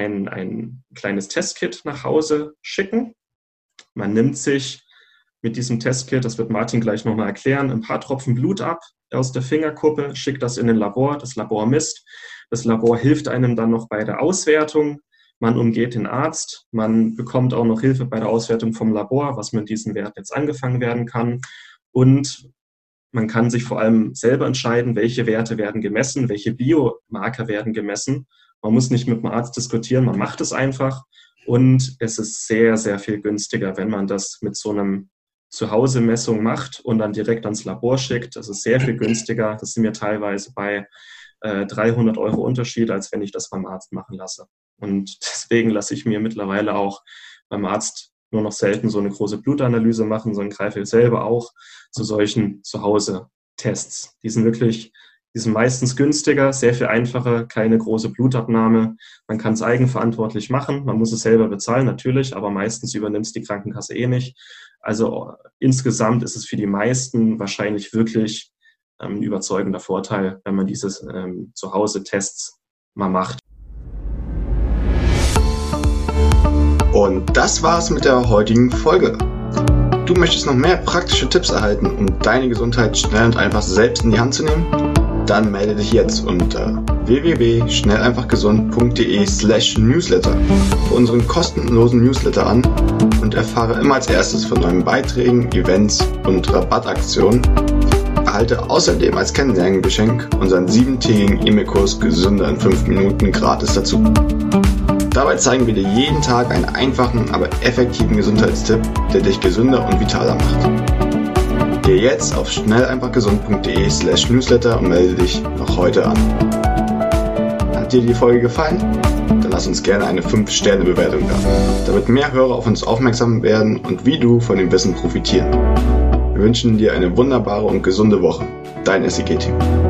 ein kleines Testkit nach Hause schicken. Man nimmt sich mit diesem Testkit, das wird Martin gleich nochmal erklären, ein paar Tropfen Blut ab aus der Fingerkuppe, schickt das in ein Labor, das Labor misst. Das Labor hilft einem dann noch bei der Auswertung. Man umgeht den Arzt, man bekommt auch noch Hilfe bei der Auswertung vom Labor, was mit diesen Werten jetzt angefangen werden kann. Und man kann sich vor allem selber entscheiden, welche Werte werden gemessen, welche Biomarker werden gemessen. Man muss nicht mit dem Arzt diskutieren, man macht es einfach. Und es ist sehr, sehr viel günstiger, wenn man das mit so einem Zuhause-Messung macht und dann direkt ans Labor schickt. Das ist sehr viel günstiger. Das sind mir teilweise bei 300 € Unterschied, als wenn ich das beim Arzt machen lasse. Und deswegen lasse ich mir mittlerweile auch beim Arzt nur noch selten so eine große Blutanalyse machen, sondern greife selber auch zu solchen Zuhause-Tests. Die sind meistens günstiger, sehr viel einfacher, keine große Blutabnahme. Man kann es eigenverantwortlich machen, man muss es selber bezahlen natürlich, aber meistens übernimmt es die Krankenkasse eh nicht. Also insgesamt ist es für die meisten wahrscheinlich wirklich ein überzeugender Vorteil, wenn man diese Zuhause-Tests mal macht. Und das war's mit der heutigen Folge. Du möchtest noch mehr praktische Tipps erhalten, um deine Gesundheit schnell und einfach selbst in die Hand zu nehmen? Dann melde dich jetzt unter www.schnelleinfachgesund.de/newsletter für unseren kostenlosen Newsletter an und erfahre immer als erstes von neuen Beiträgen, Events und Rabattaktionen. Erhalte außerdem als Kennenlerngeschenk unseren 7-tägigen E-Mail-Kurs Gesünder in 5 Minuten gratis dazu. Dabei zeigen wir dir jeden Tag einen einfachen, aber effektiven Gesundheitstipp, der dich gesünder und vitaler macht. Geh jetzt auf schnelleinfachgesund.de/newsletter und melde dich noch heute an. Hat dir die Folge gefallen? Dann lass uns gerne eine 5-Sterne-Bewertung da, damit mehr Hörer auf uns aufmerksam werden und wie du von dem Wissen profitieren. Wir wünschen dir eine wunderbare und gesunde Woche. Dein SIG-Team.